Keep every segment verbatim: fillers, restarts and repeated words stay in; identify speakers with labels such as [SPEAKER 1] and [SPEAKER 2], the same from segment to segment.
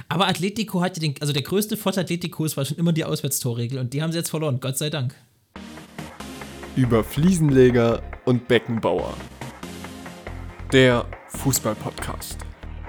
[SPEAKER 1] Aber Atletico hat ja den, also der größte Vorteil Atleticos war schon immer die Auswärtstorregel und die haben sie jetzt verloren, Gott sei Dank.
[SPEAKER 2] Über Fliesenleger und Beckenbauer. Der Fußball-Podcast.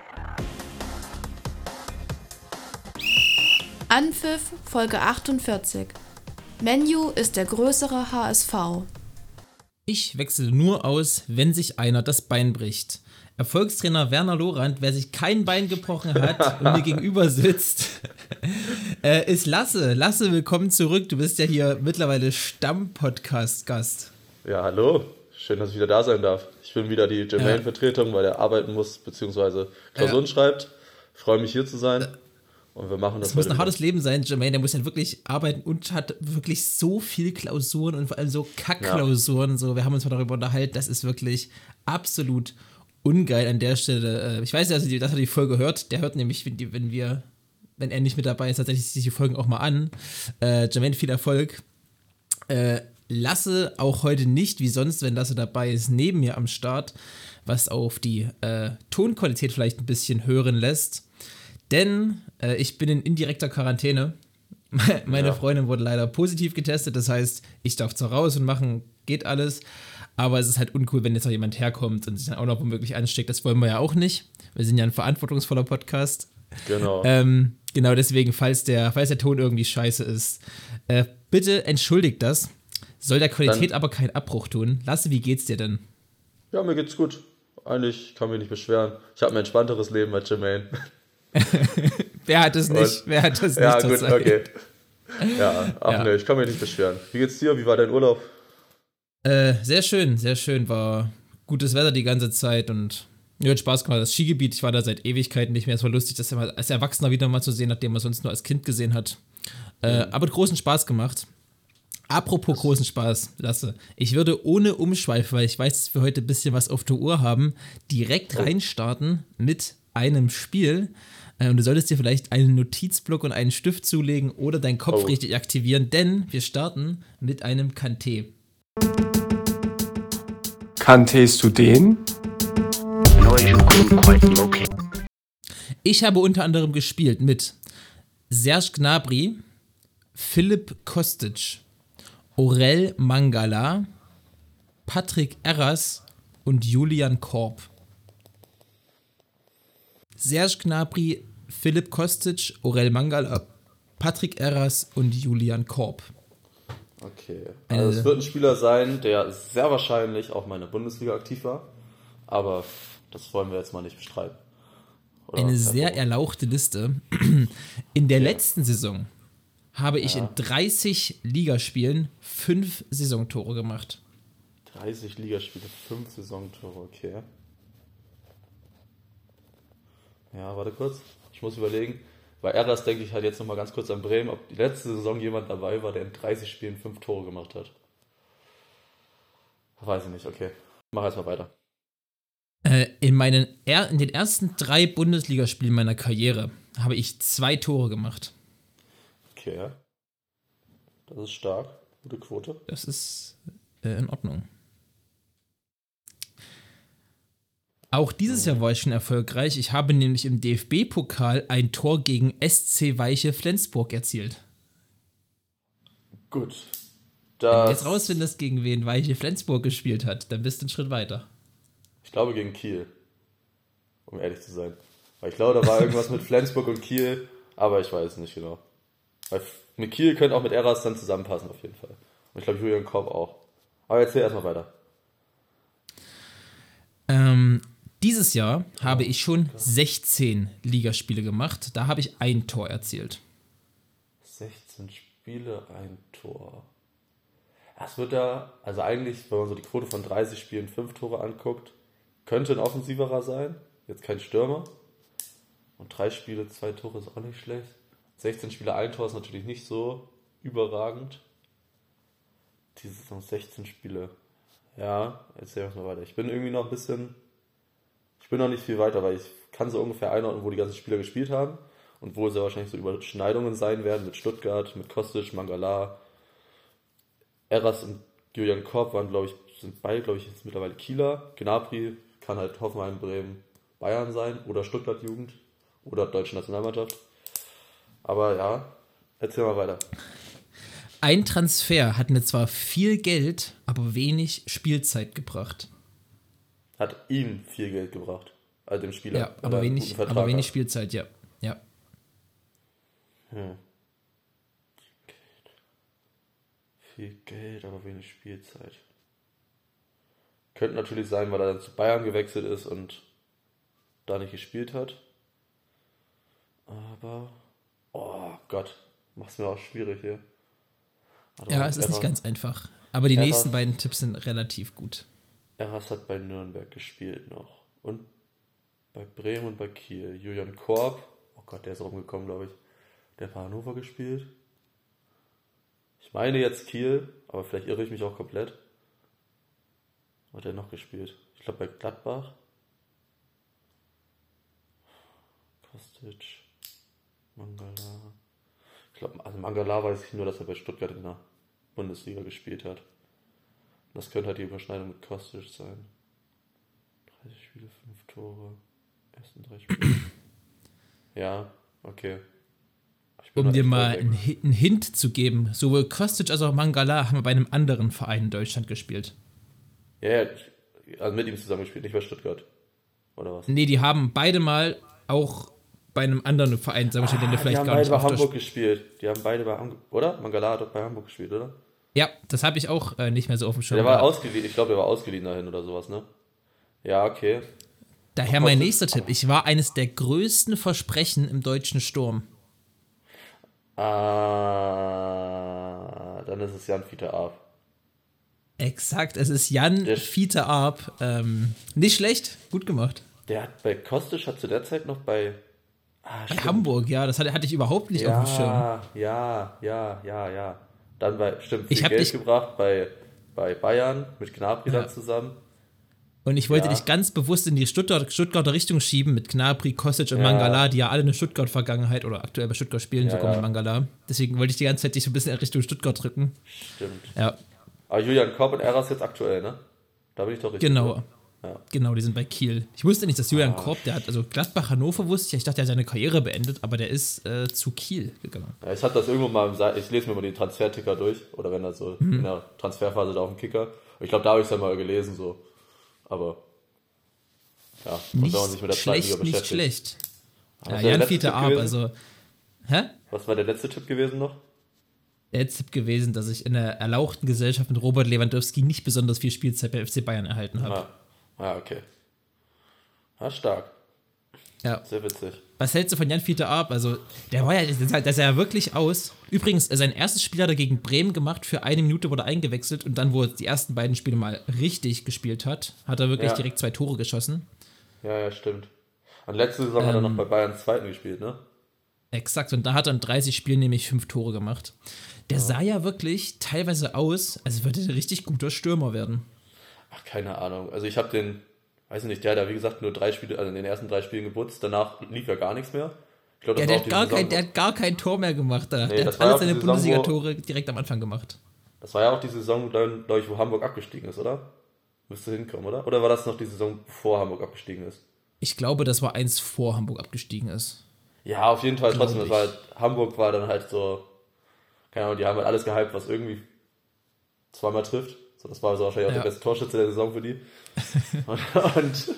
[SPEAKER 3] Anpfiff Folge achtundvierzig. Menu ist der größere H S V.
[SPEAKER 1] Ich wechsle nur aus, wenn sich einer das Bein bricht. Erfolgstrainer Werner Lorand, wer sich kein Bein gebrochen hat und mir gegenüber sitzt, äh, ist Lasse. Lasse, willkommen zurück. Du bist ja hier mittlerweile Stamm-Podcast-Gast.
[SPEAKER 4] Ja, hallo. Schön, dass ich wieder da sein darf. Ich bin wieder die Jermaine-Vertretung, weil er arbeiten muss, beziehungsweise Klausuren ja. schreibt. Ich freue mich, hier zu sein. Und wir machen das.
[SPEAKER 1] Es muss ein hartes Leben sein, Jermaine. Der muss ja wirklich arbeiten und hat wirklich so viel Klausuren und vor allem so Kack-Klausuren. Ja. So, wir haben uns mal darüber unterhalten. Das ist wirklich absolut ungeil an der Stelle. Ich weiß ja, also, dass er die Folge hört. Der hört nämlich, wenn, die, wenn wir, wenn er nicht mit dabei ist, tatsächlich sich die Folgen auch mal an. Äh, Jermaine, viel Erfolg. Äh, Lasse auch heute nicht, wie sonst, wenn Lasse dabei ist, neben mir am Start, was auf die äh, Tonqualität vielleicht ein bisschen hören lässt. Denn äh, ich bin in indirekter Quarantäne. Meine ja. Freundin wurde leider positiv getestet, das heißt, ich darf zwar raus und machen, geht alles, aber es ist halt uncool, wenn jetzt noch jemand herkommt und sich dann auch noch womöglich ansteckt. Das wollen wir ja auch nicht. Wir sind ja ein verantwortungsvoller Podcast.
[SPEAKER 4] Genau.
[SPEAKER 1] Ähm, genau deswegen, falls der, falls der Ton irgendwie scheiße ist, äh, bitte entschuldigt das. Soll der Qualität dann aber keinen Abbruch tun. Lasse, wie geht's dir denn?
[SPEAKER 4] Ja, mir geht's gut. Eigentlich kann mich nicht beschweren. Ich habe ein entspannteres Leben als Jermaine.
[SPEAKER 1] Wer hat es nicht? Und, Wer hat es
[SPEAKER 4] ja,
[SPEAKER 1] nicht?
[SPEAKER 4] Ja, gut, okay. Ja, ach ja. ne, ich kann mich nicht beschweren. Wie geht's dir? Wie war dein Urlaub?
[SPEAKER 1] Äh, sehr schön, sehr schön. War gutes Wetter die ganze Zeit und mir hat Spaß gemacht. Das Skigebiet, ich war da seit Ewigkeiten nicht mehr. Es war lustig, das als Erwachsener wieder mal zu sehen, nachdem man sonst nur als Kind gesehen hat. Äh, mhm. Aber großen Spaß gemacht. Apropos großen Spaß, Lasse. Ich würde ohne Umschweife, weil ich weiß, dass wir heute ein bisschen was auf der Uhr haben, direkt reinstarten mit einem Spiel. Und du solltest dir vielleicht einen Notizblock und einen Stift zulegen oder deinen Kopf oh. richtig aktivieren, denn wir starten mit einem Kanté.
[SPEAKER 2] Kanntest du den?
[SPEAKER 1] Ich habe unter anderem gespielt mit Serge Gnabry, Philipp Kostic, Aurel Mangala, Patrick Erras und Julian Korb. Serge Gnabry, Philipp Kostic, Aurel Mangala, Patrick Erras und Julian Korb.
[SPEAKER 4] Okay, also es wird ein Spieler sein, der sehr wahrscheinlich auch mal in der Bundesliga aktiv war, aber das wollen wir jetzt mal nicht bestreiten. Oder
[SPEAKER 1] eine sehr erlauchte Liste. In der ja. letzten Saison habe ich ja. in dreißig Ligaspielen fünf Saisontore gemacht.
[SPEAKER 4] dreißig Ligaspiele, fünf Saisontore, okay. Ja, warte kurz. Ich muss überlegen. Bei Erras denke ich halt jetzt nochmal ganz kurz an Bremen, ob die letzte Saison jemand dabei war, der in dreißig Spielen fünf Tore gemacht hat. Weiß ich nicht, okay. Mach erstmal weiter.
[SPEAKER 1] Äh, in, meinen er- in den ersten drei Bundesligaspielen meiner Karriere habe ich zwei Tore gemacht.
[SPEAKER 4] Okay. Das ist stark. Gute Quote.
[SPEAKER 1] Das ist äh, in Ordnung. Auch dieses Jahr war ich schon erfolgreich. Ich habe nämlich im D F B-Pokal ein Tor gegen S C Weiche Flensburg erzielt.
[SPEAKER 4] Gut.
[SPEAKER 1] Das Wenn du jetzt rausfindest, gegen wen Weiche Flensburg gespielt hat, dann bist du einen Schritt weiter.
[SPEAKER 4] Ich glaube gegen Kiel, um ehrlich zu sein. Weil ich glaube, da war irgendwas mit Flensburg und Kiel, aber ich weiß es nicht genau. Weil mit Kiel könnte auch mit Erras dann zusammenpassen auf jeden Fall. Und ich glaube Julian Korb auch. Aber erzähl erstmal weiter.
[SPEAKER 1] Ähm... Dieses Jahr habe ich schon sechzehn Ligaspiele gemacht. Da habe ich ein Tor erzielt.
[SPEAKER 4] sechzehn Spiele, ein Tor. Das wird da, also eigentlich, wenn man so die Quote von dreißig Spielen fünf Tore anguckt, könnte ein offensiverer sein. Jetzt kein Stürmer. Und drei Spiele, zwei Tore ist auch nicht schlecht. sechzehn Spiele, ein Tor ist natürlich nicht so überragend. Diese Saison sechzehn Spiele. Ja, erzähl uns mal weiter. Ich bin irgendwie noch ein bisschen... Ich bin noch nicht viel weiter, weil ich kann so ungefähr einordnen, wo die ganzen Spieler gespielt haben und wo es ja wahrscheinlich so Überschneidungen sein werden mit Stuttgart, mit Kostic, Mangala. Erras und Julian Korb waren, glaube ich, sind beide, glaube ich, jetzt mittlerweile Kieler. Gnabry kann halt Hoffenheim, Bremen, Bayern sein oder Stuttgart Jugend oder deutsche Nationalmannschaft. Aber ja, erzähl mal weiter.
[SPEAKER 1] Ein Transfer hat mir zwar viel Geld, aber wenig Spielzeit gebracht.
[SPEAKER 4] Hat ihm viel Geld gebracht, also dem Spieler.
[SPEAKER 1] Ja, aber wenig, aber wenig Spielzeit, ja. ja.
[SPEAKER 4] Hm. Viel Geld, aber wenig Spielzeit. Könnte natürlich sein, weil er dann zu Bayern gewechselt ist und da nicht gespielt hat. Aber, oh Gott, mach's mir auch schwierig hier. Also
[SPEAKER 1] ja, es ist nicht ganz einfach. Aber die
[SPEAKER 4] Eras,
[SPEAKER 1] nächsten beiden Tipps sind relativ gut.
[SPEAKER 4] Eras hat bei Nürnberg gespielt noch. Und bei Bremen und bei Kiel. Julian Korb, oh Gott, der ist rumgekommen, glaube ich. Der hat bei Hannover gespielt. Ich meine jetzt Kiel, aber vielleicht irre ich mich auch komplett. Was hat der noch gespielt? Ich glaube bei Gladbach. Kostic. Mangala. Ich glaube, also Mangala weiß ich nur, dass er bei Stuttgart in der Bundesliga gespielt hat. Das könnte halt die Überschneidung mit Kostic sein. dreißig Spiele, fünf Tore. Ersten drei Spiele. Ja, okay.
[SPEAKER 1] Um dir mal einen, einen Hint zu geben, sowohl Kostic als auch Mangala haben bei einem anderen Verein in Deutschland gespielt.
[SPEAKER 4] Ja, ja, also mit ihm zusammen gespielt, nicht bei Stuttgart. Oder was?
[SPEAKER 1] Nee, die haben beide mal auch bei einem anderen Verein zusammengespielt, den du vielleicht
[SPEAKER 4] die haben
[SPEAKER 1] gar
[SPEAKER 4] beide
[SPEAKER 1] nicht
[SPEAKER 4] bei Hamburg gespielt. Die haben beide bei Hamburg, oder? Mangala hat doch bei Hamburg gespielt, oder?
[SPEAKER 1] Ja, das habe ich auch äh, nicht mehr so auf dem Schirm.
[SPEAKER 4] Der war
[SPEAKER 1] gehabt.
[SPEAKER 4] ausgeliehen, ich glaube, der war ausgeliehen dahin oder sowas, ne? Ja, okay.
[SPEAKER 1] Daher mein nächster Tipp. Ich war eines der größten Versprechen im deutschen Sturm.
[SPEAKER 4] Ah, dann ist es Jan Fiete Arp.
[SPEAKER 1] Exakt, es ist Jan
[SPEAKER 4] Der-
[SPEAKER 1] Fiete Arp. Ähm, nicht schlecht, gut gemacht.
[SPEAKER 4] Der hat bei Kostic, hat zu der Zeit noch bei... Ah,
[SPEAKER 1] Bei
[SPEAKER 4] stimmt.
[SPEAKER 1] Hamburg, ja, das hatte, hatte ich überhaupt nicht auf dem Schirm.
[SPEAKER 4] Ja, ja, ja, ja, ja. Dann bei, stimmt, viel
[SPEAKER 1] Ich hab
[SPEAKER 4] Geld
[SPEAKER 1] dich-
[SPEAKER 4] gebracht bei, bei Bayern mit Gnabry
[SPEAKER 1] Ja.
[SPEAKER 4] dann zusammen.
[SPEAKER 1] Und ich wollte
[SPEAKER 4] Ja.
[SPEAKER 1] dich ganz bewusst in die Stuttgart, Stuttgarter Richtung schieben mit Gnabry, Kostic und
[SPEAKER 4] Ja.
[SPEAKER 1] Mangala, die ja alle eine Stuttgart-Vergangenheit oder aktuell bei Stuttgart spielen,
[SPEAKER 4] Ja,
[SPEAKER 1] sogar
[SPEAKER 4] ja.
[SPEAKER 1] mit Mangala. Deswegen wollte ich die ganze Zeit dich so ein bisschen in Richtung Stuttgart drücken.
[SPEAKER 4] Stimmt.
[SPEAKER 1] Ja,
[SPEAKER 4] Aber Julian Korb und Eras jetzt aktuell, ne? Da bin ich doch richtig.
[SPEAKER 1] genau.
[SPEAKER 4] oder? Ja.
[SPEAKER 1] Genau, die sind bei Kiel. Ich wusste nicht, dass Julian
[SPEAKER 4] Ah.
[SPEAKER 1] Korb, der hat, also Gladbach, Hannover wusste ich, ja, ich dachte, er hat seine Karriere beendet, aber der ist äh, zu Kiel gegangen.
[SPEAKER 4] Ja, ich hatte das irgendwo mal im Sa- ich lese mir mal die Transferticker durch, oder wenn das so
[SPEAKER 1] Mhm.
[SPEAKER 4] in der Transferphase da auf dem Kicker. Ich glaube, da habe ich es dann mal gelesen, so. Aber, ja, und
[SPEAKER 1] Nicht
[SPEAKER 4] wenn man sich mit der zweiten
[SPEAKER 1] schlecht,
[SPEAKER 4] Liga
[SPEAKER 1] nicht
[SPEAKER 4] beschäftigt.
[SPEAKER 1] schlecht.
[SPEAKER 4] Was
[SPEAKER 1] Ja,
[SPEAKER 4] war der
[SPEAKER 1] Jan
[SPEAKER 4] letzte
[SPEAKER 1] Fiete
[SPEAKER 4] Tipp
[SPEAKER 1] Arp,
[SPEAKER 4] gewesen?
[SPEAKER 1] also, hä?
[SPEAKER 4] Was war der letzte Tipp gewesen noch?
[SPEAKER 1] Der Tipp gewesen, dass ich in der erlauchten Gesellschaft mit Robert Lewandowski nicht besonders viel Spielzeit bei F C Bayern erhalten habe.
[SPEAKER 4] Ah, ah okay. Ah, stark.
[SPEAKER 1] Ja.
[SPEAKER 4] Sehr witzig.
[SPEAKER 1] Was hältst du von Jan Fiete Arp? Also, der war ja, der der sah ja wirklich aus. Übrigens, sein erstes Spiel hat er gegen Bremen gemacht. Für eine Minute wurde er eingewechselt und dann, wo er die ersten beiden Spiele mal richtig gespielt hat, hat er wirklich
[SPEAKER 4] Ja.
[SPEAKER 1] direkt zwei Tore geschossen.
[SPEAKER 4] Ja, ja, stimmt. Und letzte Saison hat er noch
[SPEAKER 1] Ähm.
[SPEAKER 4] bei Bayern Zweiten gespielt, ne?
[SPEAKER 1] Exakt, und da hat er in dreißig Spielen nämlich fünf Tore gemacht. Der sah ja wirklich teilweise aus, als würde er ein richtig guter Stürmer werden.
[SPEAKER 4] Ach, keine Ahnung. Also ich habe den, weiß ich nicht, der hat ja wie gesagt nur drei Spiele, also in den ersten drei Spielen geputzt, danach lief ja gar nichts mehr. Ich glaube,
[SPEAKER 1] Ja,
[SPEAKER 4] das,
[SPEAKER 1] der
[SPEAKER 4] war auch
[SPEAKER 1] hat,
[SPEAKER 4] die
[SPEAKER 1] gar
[SPEAKER 4] Saison,
[SPEAKER 1] kein, der hat gar kein Tor mehr gemacht. Da.
[SPEAKER 4] Nee,
[SPEAKER 1] der
[SPEAKER 4] das
[SPEAKER 1] hat
[SPEAKER 4] war ja
[SPEAKER 1] alle
[SPEAKER 4] auch die
[SPEAKER 1] seine
[SPEAKER 4] Saison, wo-
[SPEAKER 1] Bundesliga-Tore direkt am Anfang gemacht.
[SPEAKER 4] das war ja auch die Saison, glaube ich, wo Hamburg abgestiegen ist, oder? Müsste hinkommen, oder? Oder war das noch die Saison, bevor Hamburg abgestiegen ist?
[SPEAKER 1] Ich glaube, das war eins vor Hamburg abgestiegen ist.
[SPEAKER 4] Ja, auf jeden Fall
[SPEAKER 1] Glaub
[SPEAKER 4] trotzdem. Das
[SPEAKER 1] ich.
[SPEAKER 4] war halt, Hamburg war dann halt so, keine Ahnung, die haben halt alles gehypt, was irgendwie zweimal trifft. So, das war so wahrscheinlich auch
[SPEAKER 1] Ja.
[SPEAKER 4] der beste Torschütze der Saison für die. und, und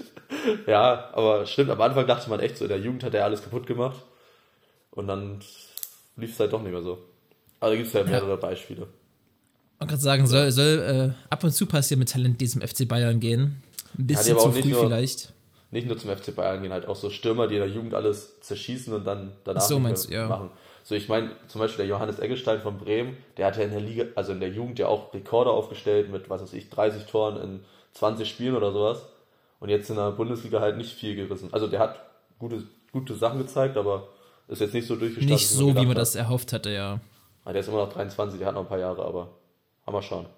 [SPEAKER 4] ja, aber stimmt, am Anfang dachte man echt so, in der Jugend hat er alles kaputt gemacht. Und dann lief es halt doch nicht mehr so. Aber da gibt es ja mehrere Beispiele.
[SPEAKER 1] Man kann sagen, soll, soll äh, ab und zu passieren mit Talent diesem F C Bayern gehen. Ein bisschen
[SPEAKER 4] aber
[SPEAKER 1] zu
[SPEAKER 4] auch nicht
[SPEAKER 1] früh
[SPEAKER 4] nur-
[SPEAKER 1] vielleicht.
[SPEAKER 4] Nicht nur zum F C Bayern gehen, halt auch so Stürmer, die in der Jugend alles zerschießen und dann danach
[SPEAKER 1] Ach so,
[SPEAKER 4] nicht mehr
[SPEAKER 1] meinst du, ja.
[SPEAKER 4] machen. So, ich meine, zum Beispiel der Johannes Eggestein von Bremen, der hat ja in der Liga, also in der Jugend ja auch Rekorde aufgestellt mit, was weiß ich, dreißig Toren in zwanzig Spielen oder sowas. Und jetzt in der Bundesliga halt nicht viel gerissen. Also der hat gute, gute Sachen gezeigt, aber ist jetzt nicht so durchgestartet.
[SPEAKER 1] Nicht so, wie
[SPEAKER 4] gedacht
[SPEAKER 1] man
[SPEAKER 4] hat.
[SPEAKER 1] das erhofft hatte, ja.
[SPEAKER 4] Ah, der ist immer noch dreiundzwanzig, der hat noch ein paar Jahre, aber haben wir schauen.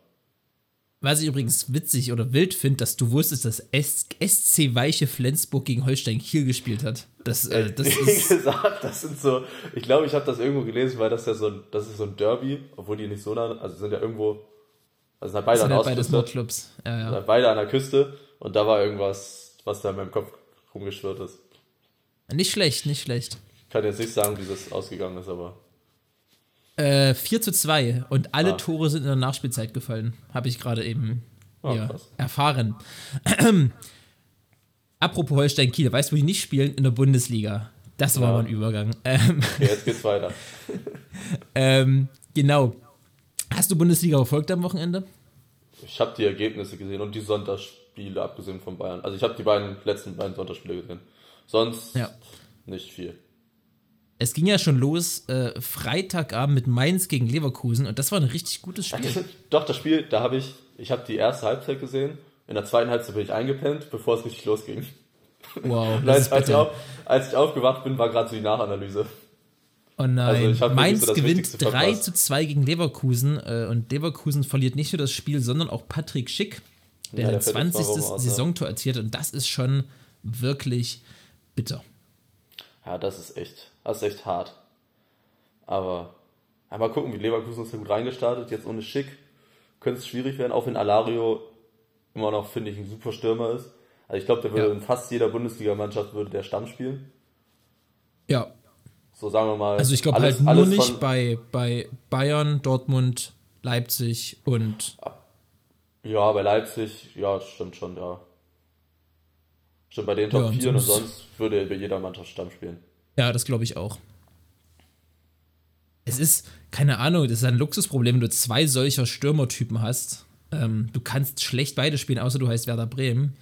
[SPEAKER 1] Was ich übrigens witzig oder wild finde, dass du wusstest, dass S- SC Weiche Flensburg gegen Holstein Kiel gespielt hat. Das, äh, das
[SPEAKER 4] Wie
[SPEAKER 1] ist.
[SPEAKER 4] gesagt, das sind so, ich glaube, ich habe das irgendwo gelesen, weil das ja so ein, das ist so ein Derby, obwohl die nicht so nah, also sind ja irgendwo, also sind halt beide
[SPEAKER 1] Das
[SPEAKER 4] an
[SPEAKER 1] sind
[SPEAKER 4] der
[SPEAKER 1] halt beides
[SPEAKER 4] Ostküste,
[SPEAKER 1] Nordclubs. Ja,
[SPEAKER 4] sind
[SPEAKER 1] ja.
[SPEAKER 4] halt beide an der Küste und da war irgendwas, was da in meinem Kopf rumgeschwirrt ist.
[SPEAKER 1] Nicht schlecht, nicht schlecht.
[SPEAKER 4] Ich kann jetzt nicht sagen, wie das ausgegangen ist, aber.
[SPEAKER 1] Äh, vier zu zwei und alle
[SPEAKER 4] Ah.
[SPEAKER 1] Tore sind in der Nachspielzeit gefallen. Habe ich gerade eben
[SPEAKER 4] Ah,
[SPEAKER 1] hier
[SPEAKER 4] krass.
[SPEAKER 1] erfahren. Apropos Holstein-Kiel, weißt du, wo die nicht spielen? In der Bundesliga. Das war
[SPEAKER 4] Ja.
[SPEAKER 1] mal ein Übergang. Ähm,
[SPEAKER 4] Okay, jetzt geht's weiter.
[SPEAKER 1] ähm, genau. Hast du Bundesliga verfolgt am Wochenende?
[SPEAKER 4] Ich habe die Ergebnisse gesehen und die Sonntagsspiele, abgesehen von Bayern. Also ich habe die beiden letzten beiden Sonntagsspiele gesehen. Sonst
[SPEAKER 1] Ja.
[SPEAKER 4] nicht viel.
[SPEAKER 1] Es ging ja schon los, äh, Freitagabend mit Mainz gegen Leverkusen und das war ein richtig gutes Spiel.
[SPEAKER 4] Doch, das Spiel, da habe ich, ich habe die erste Halbzeit gesehen. In der zweiten Halbzeit bin ich eingepennt, bevor es richtig losging.
[SPEAKER 1] Wow,
[SPEAKER 4] Und
[SPEAKER 1] das
[SPEAKER 4] als,
[SPEAKER 1] ist
[SPEAKER 4] als, ich
[SPEAKER 1] bitter.
[SPEAKER 4] auf, als ich aufgewacht bin, war gerade so die Nachanalyse.
[SPEAKER 1] Oh nein,
[SPEAKER 4] Also ich hab wirklich
[SPEAKER 1] Mainz
[SPEAKER 4] so das
[SPEAKER 1] gewinnt
[SPEAKER 4] Wichtigste
[SPEAKER 1] drei
[SPEAKER 4] verpasst.
[SPEAKER 1] zu zwei gegen Leverkusen äh, und Leverkusen verliert nicht nur das Spiel, sondern auch Patrick Schick, der
[SPEAKER 4] Ja, der
[SPEAKER 1] sein
[SPEAKER 4] fällt jetzt mal
[SPEAKER 1] zwanzigste
[SPEAKER 4] rum aus, ja.
[SPEAKER 1] Saisontor erzielt und das ist schon wirklich bitter.
[SPEAKER 4] Ja, das ist echt, das ist echt hart. Aber ja, mal gucken, wie Leverkusen ist so gut reingestartet. Jetzt ohne Schick könnte es schwierig werden, auch wenn Alario immer noch, finde ich, ein super Stürmer ist. Also ich glaube, der würde
[SPEAKER 1] Ja.
[SPEAKER 4] in fast jeder Bundesliga-Mannschaft würde der Stamm spielen.
[SPEAKER 1] Ja,
[SPEAKER 4] So sagen wir mal.
[SPEAKER 1] also ich glaube
[SPEAKER 4] alles-
[SPEAKER 1] halt nur
[SPEAKER 4] alles
[SPEAKER 1] nicht
[SPEAKER 4] von-
[SPEAKER 1] bei, bei Bayern, Dortmund, Leipzig und
[SPEAKER 4] Ja, bei Leipzig, ja, stimmt schon, ja. Stimmt, bei den
[SPEAKER 1] Ja,
[SPEAKER 4] Top
[SPEAKER 1] und
[SPEAKER 4] vier und
[SPEAKER 1] sonst-
[SPEAKER 4] sonst würde er bei jeder Mannschaft Stamm spielen.
[SPEAKER 1] ja, das glaube ich auch. Es ist, keine Ahnung, das ist ein Luxusproblem, wenn du zwei solcher Stürmertypen hast. Ähm, du kannst schlecht beide spielen, außer du heißt Werder Bremen.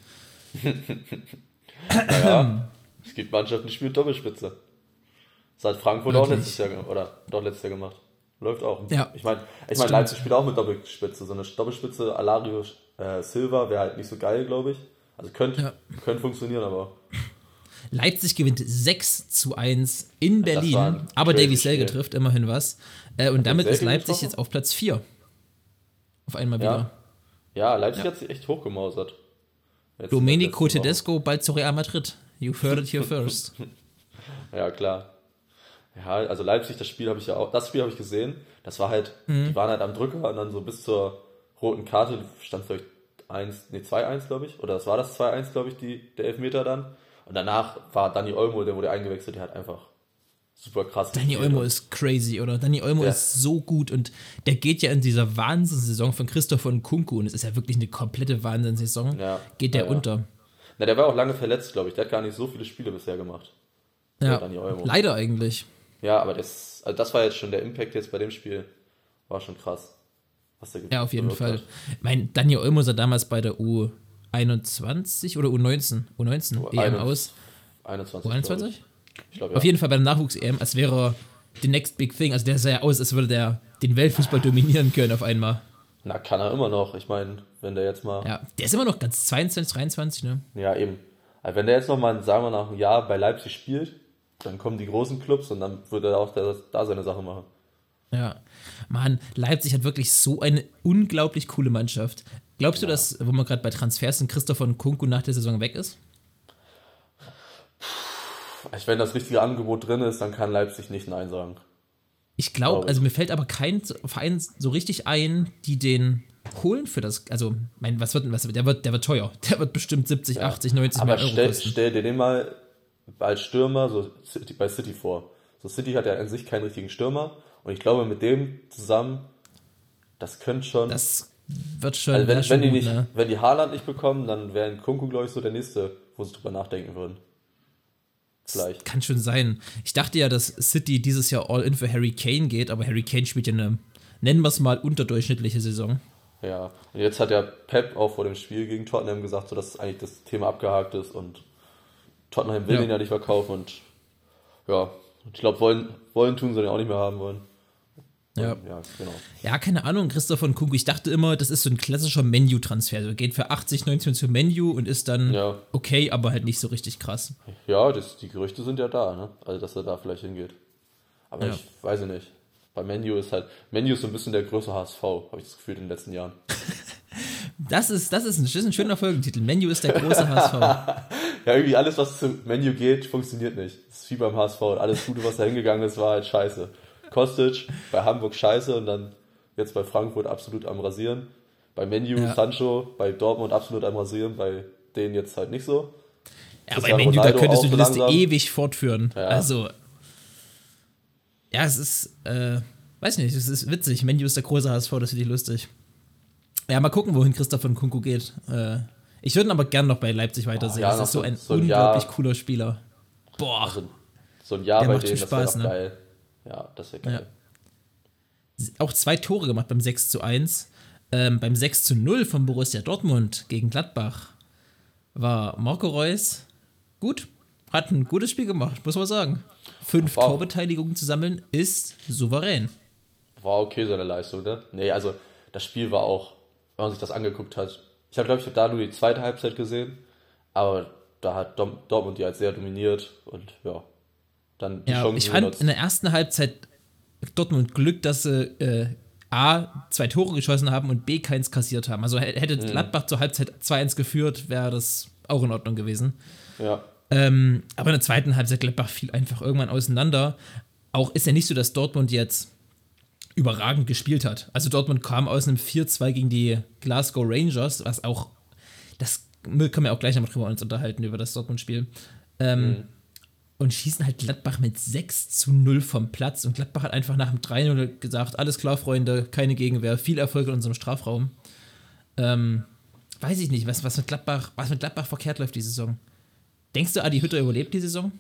[SPEAKER 4] Naja, es gibt Mannschaften, die spielen Doppelspitze. Das hat Frankfurt auch
[SPEAKER 1] Wirklich?
[SPEAKER 4] letztes Jahr ge- oder doch letztes Jahr gemacht. Läuft auch.
[SPEAKER 1] Ja,
[SPEAKER 4] Ich meine, ich
[SPEAKER 1] stimmt.
[SPEAKER 4] mein, Leipzig spielt auch mit Doppelspitze. So eine Doppelspitze, Alario äh, Silva wäre halt nicht so geil, glaube ich. Also könnte
[SPEAKER 1] Ja.
[SPEAKER 4] könnte funktionieren, aber
[SPEAKER 1] Leipzig gewinnt sechs zu eins in
[SPEAKER 4] Das
[SPEAKER 1] Berlin,
[SPEAKER 4] war ein
[SPEAKER 1] aber
[SPEAKER 4] crazy
[SPEAKER 1] Davy Selke
[SPEAKER 4] Spiel.
[SPEAKER 1] trifft immerhin was. Äh, und damit
[SPEAKER 4] Selke
[SPEAKER 1] ist Leipzig
[SPEAKER 4] getroffen?
[SPEAKER 1] jetzt auf Platz vier. Auf einmal
[SPEAKER 4] ja.
[SPEAKER 1] wieder.
[SPEAKER 4] Ja, Leipzig
[SPEAKER 1] Ja.
[SPEAKER 4] hat sich echt hochgemausert. Jetzt
[SPEAKER 1] Domenico
[SPEAKER 4] in der letzten
[SPEAKER 1] Tedesco bald zu Real Madrid. You heard it here first.
[SPEAKER 4] Woche. Ja, klar. Ja, also Leipzig, das Spiel habe ich ja auch, das Spiel habe ich gesehen. Das war halt,
[SPEAKER 1] Mhm.
[SPEAKER 4] die waren halt am Drücker und dann so bis zur roten Karte stand es, glaube ich, eins, nee, zwei eins, glaube ich. Oder das war das zwei eins, glaube ich, die, der Elfmeter dann. Und danach war Dani Olmo, der wurde eingewechselt, der hat einfach super krass
[SPEAKER 1] Dani
[SPEAKER 4] gespielt.
[SPEAKER 1] Olmo ist crazy, oder? Dani Olmo
[SPEAKER 4] Ja.
[SPEAKER 1] ist so gut und der geht ja in dieser Wahnsinnssaison von Christopher Nkunku und es ist ja wirklich eine komplette Wahnsinnssaison.
[SPEAKER 4] Ja.
[SPEAKER 1] Geht der
[SPEAKER 4] Ja, ja.
[SPEAKER 1] unter.
[SPEAKER 4] Na, der war auch lange verletzt, glaube ich. Der hat gar nicht so viele Spiele bisher gemacht.
[SPEAKER 1] Ja,
[SPEAKER 4] Dani Olmo.
[SPEAKER 1] leider eigentlich.
[SPEAKER 4] Ja, aber das, also das war jetzt schon der Impact jetzt bei dem Spiel. War schon krass. Was der
[SPEAKER 1] Ja, auf jeden
[SPEAKER 4] bewirkt
[SPEAKER 1] Fall.
[SPEAKER 4] hat.
[SPEAKER 1] Ich meine, Dani Olmo sah damals bei der U einundzwanzig oder U neunzehn? U neunzehn
[SPEAKER 4] U
[SPEAKER 1] E M
[SPEAKER 4] einundzwanzig,
[SPEAKER 1] aus.
[SPEAKER 4] einundzwanzig.
[SPEAKER 1] U einundzwanzig?
[SPEAKER 4] glaub Ich, ich glaube,
[SPEAKER 1] Auf
[SPEAKER 4] ja.
[SPEAKER 1] jeden Fall bei der Nachwuchs-E M, als wäre er the next big thing. Also der sah ja aus, als würde der den Weltfußball dominieren können auf einmal.
[SPEAKER 4] Na, kann er immer noch. Ich meine, wenn der jetzt mal.
[SPEAKER 1] Ja, der ist immer noch ganz zweiundzwanzig, dreiundzwanzig, ne?
[SPEAKER 4] Ja, eben. Also wenn der jetzt noch mal, sagen wir, nach einem Jahr bei Leipzig spielt, dann kommen die großen Clubs und dann wird er auch da, da seine Sache machen.
[SPEAKER 1] Ja. Mann, Leipzig hat wirklich so eine unglaublich coole Mannschaft. Glaubst du, dass, wo wir gerade bei Transfers sind, Christopher Nkunku nach der Saison weg ist?
[SPEAKER 4] Also wenn das richtige Angebot drin ist, dann kann Leipzig nicht Nein sagen.
[SPEAKER 1] Ich glaube,
[SPEAKER 4] Glaub ich.
[SPEAKER 1] also mir fällt aber kein Verein so richtig ein, die den holen für das, also, mein, was wird denn, was, der wird, der wird teuer. Der wird bestimmt siebzig, achtzig, neunzig
[SPEAKER 4] Aber
[SPEAKER 1] mehr Euro
[SPEAKER 4] stell,
[SPEAKER 1] kosten.
[SPEAKER 4] stell dir den mal als Stürmer so City, bei City vor. So City hat ja an sich keinen richtigen Stürmer und ich glaube mit dem zusammen, das könnte schon.
[SPEAKER 1] Das wird schon,
[SPEAKER 4] also
[SPEAKER 1] wär
[SPEAKER 4] wenn,
[SPEAKER 1] schon
[SPEAKER 4] wenn die
[SPEAKER 1] gut,
[SPEAKER 4] nicht,
[SPEAKER 1] ne?
[SPEAKER 4] wenn die Haaland nicht bekommen, dann wäre ein Kunku, glaube ich, so der nächste, wo sie drüber nachdenken würden. Vielleicht.
[SPEAKER 1] Kann schon sein. Ich dachte ja, dass City dieses Jahr all in für Harry Kane geht, aber Harry Kane spielt ja eine, nennen wir es mal, unterdurchschnittliche Saison.
[SPEAKER 4] Ja. Und jetzt hat ja Pep auch vor dem Spiel gegen Tottenham gesagt, so dass eigentlich das Thema abgehakt ist und Tottenham will
[SPEAKER 1] Ja.
[SPEAKER 4] ihn ja nicht verkaufen und ja, ich glaube, wollen, wollen tun sie den auch nicht mehr haben wollen.
[SPEAKER 1] Ja.
[SPEAKER 4] Und, ja, genau.
[SPEAKER 1] Ja, keine Ahnung, Christopher Nkunku. Ich dachte immer, das ist so ein klassischer Menu-Transfer. Also geht für achtzig, neunzig zu Menu und ist dann
[SPEAKER 4] Ja.
[SPEAKER 1] okay, aber halt nicht so richtig krass.
[SPEAKER 4] Ja, das, die Gerüchte sind ja da, ne? Also, dass er da vielleicht hingeht. Aber
[SPEAKER 1] Ja.
[SPEAKER 4] ich weiß es nicht. Bei Menu ist halt, Menu ist so ein bisschen der größere H S V, habe ich das Gefühl in den letzten Jahren.
[SPEAKER 1] Das ist, das ist, ein, das ist ein schöner Folgentitel. Menu ist der große H S V.
[SPEAKER 4] Ja, irgendwie alles, was zum Menu geht, funktioniert nicht. Das ist wie beim H S V. Und alles Gute, was da hingegangen ist, war halt scheiße. Kostic bei Hamburg scheiße und dann jetzt bei Frankfurt absolut am Rasieren. Bei Menu
[SPEAKER 1] Ja.
[SPEAKER 4] Sancho, bei Dortmund absolut am Rasieren, bei denen jetzt halt nicht so.
[SPEAKER 1] Ja, aber Menu, da könntest du die Liste langsam. ewig fortführen. Ja. Also, ja, es ist, äh, weiß nicht, es ist witzig. Menu ist der große H S V, das finde ich lustig. Ja, mal gucken, wohin Christoph Nkunku geht. Äh, ich würde ihn aber gern noch bei Leipzig weitersehen. Oh, ja, das ist so ein, so ein unglaublich Jahr, cooler Spieler. Boah. Also,
[SPEAKER 4] so ein Jahr bei denen, das wäre doch ne? geil. Ja, das wäre geil.
[SPEAKER 1] Ja. Auch zwei Tore gemacht beim sechs zu eins. Ähm, beim sechs zu null von Borussia Dortmund gegen Gladbach war Marco Reus gut. Hat ein gutes Spiel gemacht, muss man sagen. Fünf wow. Torbeteiligungen zu sammeln ist souverän.
[SPEAKER 4] War okay, seine Leistung, ne? Nee, also das Spiel war auch, wenn man sich das angeguckt hat. Ich habe, glaube ich, da nur die zweite Halbzeit gesehen, aber da hat Dortmund die halt sehr dominiert und ja, dann die
[SPEAKER 1] ja,
[SPEAKER 4] Chancen
[SPEAKER 1] ich fand genutzt. In der ersten Halbzeit Dortmund Glück, dass sie äh, A, zwei Tore geschossen haben und B, keins kassiert haben. Also hätte mhm. Gladbach zur Halbzeit zwei eins geführt, wäre das auch in Ordnung gewesen.
[SPEAKER 4] Ja.
[SPEAKER 1] Ähm, aber in der zweiten Halbzeit Gladbach fiel einfach irgendwann auseinander. Auch ist ja nicht so, dass Dortmund jetzt überragend gespielt hat. Also Dortmund kam aus einem vier zwei gegen die Glasgow Rangers, was auch, das können wir auch gleich noch drüber uns unterhalten, über das Dortmund-Spiel. Ähm, mhm. Und schießen halt Gladbach mit sechs zu null vom Platz. Und Gladbach hat einfach nach dem drei null gesagt, alles klar, Freunde, keine Gegenwehr, viel Erfolg in unserem Strafraum. Ähm, weiß ich nicht, was, was, mit Gladbach, was mit Gladbach verkehrt läuft die Saison. Denkst du, Adi Hütter überlebt die Saison?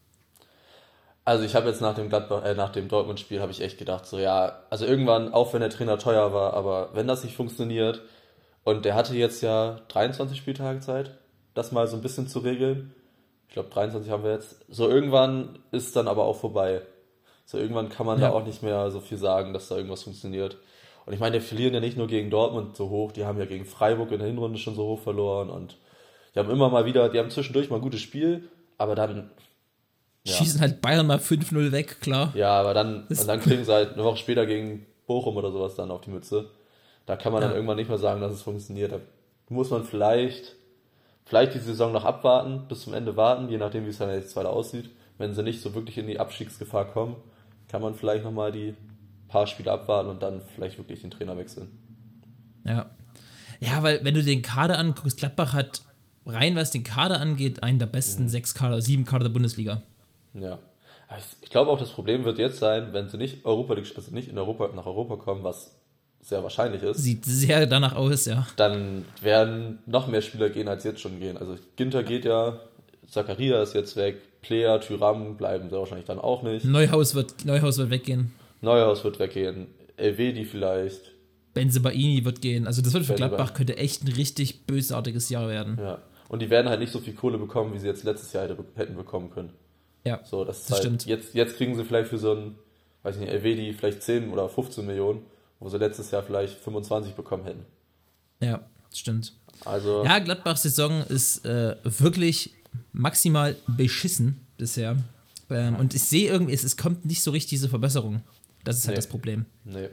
[SPEAKER 4] Also ich habe jetzt nach dem Gladbach, äh, nach dem Dortmund-Spiel habe ich echt gedacht, so ja, also irgendwann, auch wenn der Trainer teuer war, aber wenn das nicht funktioniert und der hatte jetzt ja dreiundzwanzig Spieltage Zeit, das mal so ein bisschen zu regeln. Ich glaube, dreiundzwanzig haben wir jetzt. So irgendwann ist dann aber auch vorbei. So irgendwann kann man ja. da auch nicht mehr so viel sagen, dass da irgendwas funktioniert. Und ich meine, die verlieren ja nicht nur gegen Dortmund so hoch, die haben ja gegen Freiburg in der Hinrunde schon so hoch verloren und die haben immer mal wieder, die haben zwischendurch mal ein gutes Spiel, aber dann
[SPEAKER 1] ja. schießen halt Bayern mal fünf null weg, klar.
[SPEAKER 4] Ja, aber dann, und dann kriegen sie halt eine Woche später gegen Bochum oder sowas dann auf die Mütze. Da kann man ja. dann irgendwann nicht mehr sagen, dass es funktioniert. Da muss man vielleicht, vielleicht die Saison noch abwarten, bis zum Ende warten, je nachdem, wie es dann jetzt weiter aussieht. Wenn sie nicht so wirklich in die Abstiegsgefahr kommen, kann man vielleicht nochmal die paar Spiele abwarten und dann vielleicht wirklich den Trainer wechseln.
[SPEAKER 1] Ja. Ja, weil wenn du den Kader anguckst, Gladbach hat rein, was den Kader angeht, einen der besten mhm. sechs Kader, sieben Kader der Bundesliga.
[SPEAKER 4] Ja. Ich glaube auch, das Problem wird jetzt sein, wenn sie nicht Europa, also nicht in Europa, nach Europa kommen, was sehr wahrscheinlich ist.
[SPEAKER 1] Sieht sehr danach aus, ja.
[SPEAKER 4] Dann werden noch mehr Spieler gehen, als jetzt schon gehen. Also Ginter geht ja, Zakaria ist jetzt weg, Player, Thuram bleiben sehr wahrscheinlich dann auch nicht.
[SPEAKER 1] Neuhaus wird, Neuhaus wird weggehen.
[SPEAKER 4] Neuhaus wird weggehen, Elvedi vielleicht.
[SPEAKER 1] Bensebaini wird gehen. Also das wird für Benzibaini. Gladbach könnte echt ein richtig bösartiges Jahr werden.
[SPEAKER 4] Ja. Und die werden halt nicht so viel Kohle bekommen, wie sie jetzt letztes Jahr hätten bekommen können.
[SPEAKER 1] Ja,
[SPEAKER 4] so, das,
[SPEAKER 1] das
[SPEAKER 4] halt,
[SPEAKER 1] stimmt.
[SPEAKER 4] Jetzt, jetzt kriegen sie vielleicht für so ein, weiß ich nicht, Elvedi vielleicht zehn oder fünfzehn Millionen, wo sie letztes Jahr vielleicht fünfundzwanzig bekommen hätten.
[SPEAKER 1] Ja, das stimmt.
[SPEAKER 4] Also,
[SPEAKER 1] ja, Gladbachs Saison ist äh, wirklich maximal beschissen bisher. Ähm, und ich sehe irgendwie, es, es kommt nicht so richtig diese Verbesserung. Das ist halt
[SPEAKER 4] nee.
[SPEAKER 1] das Problem.
[SPEAKER 4] Nee.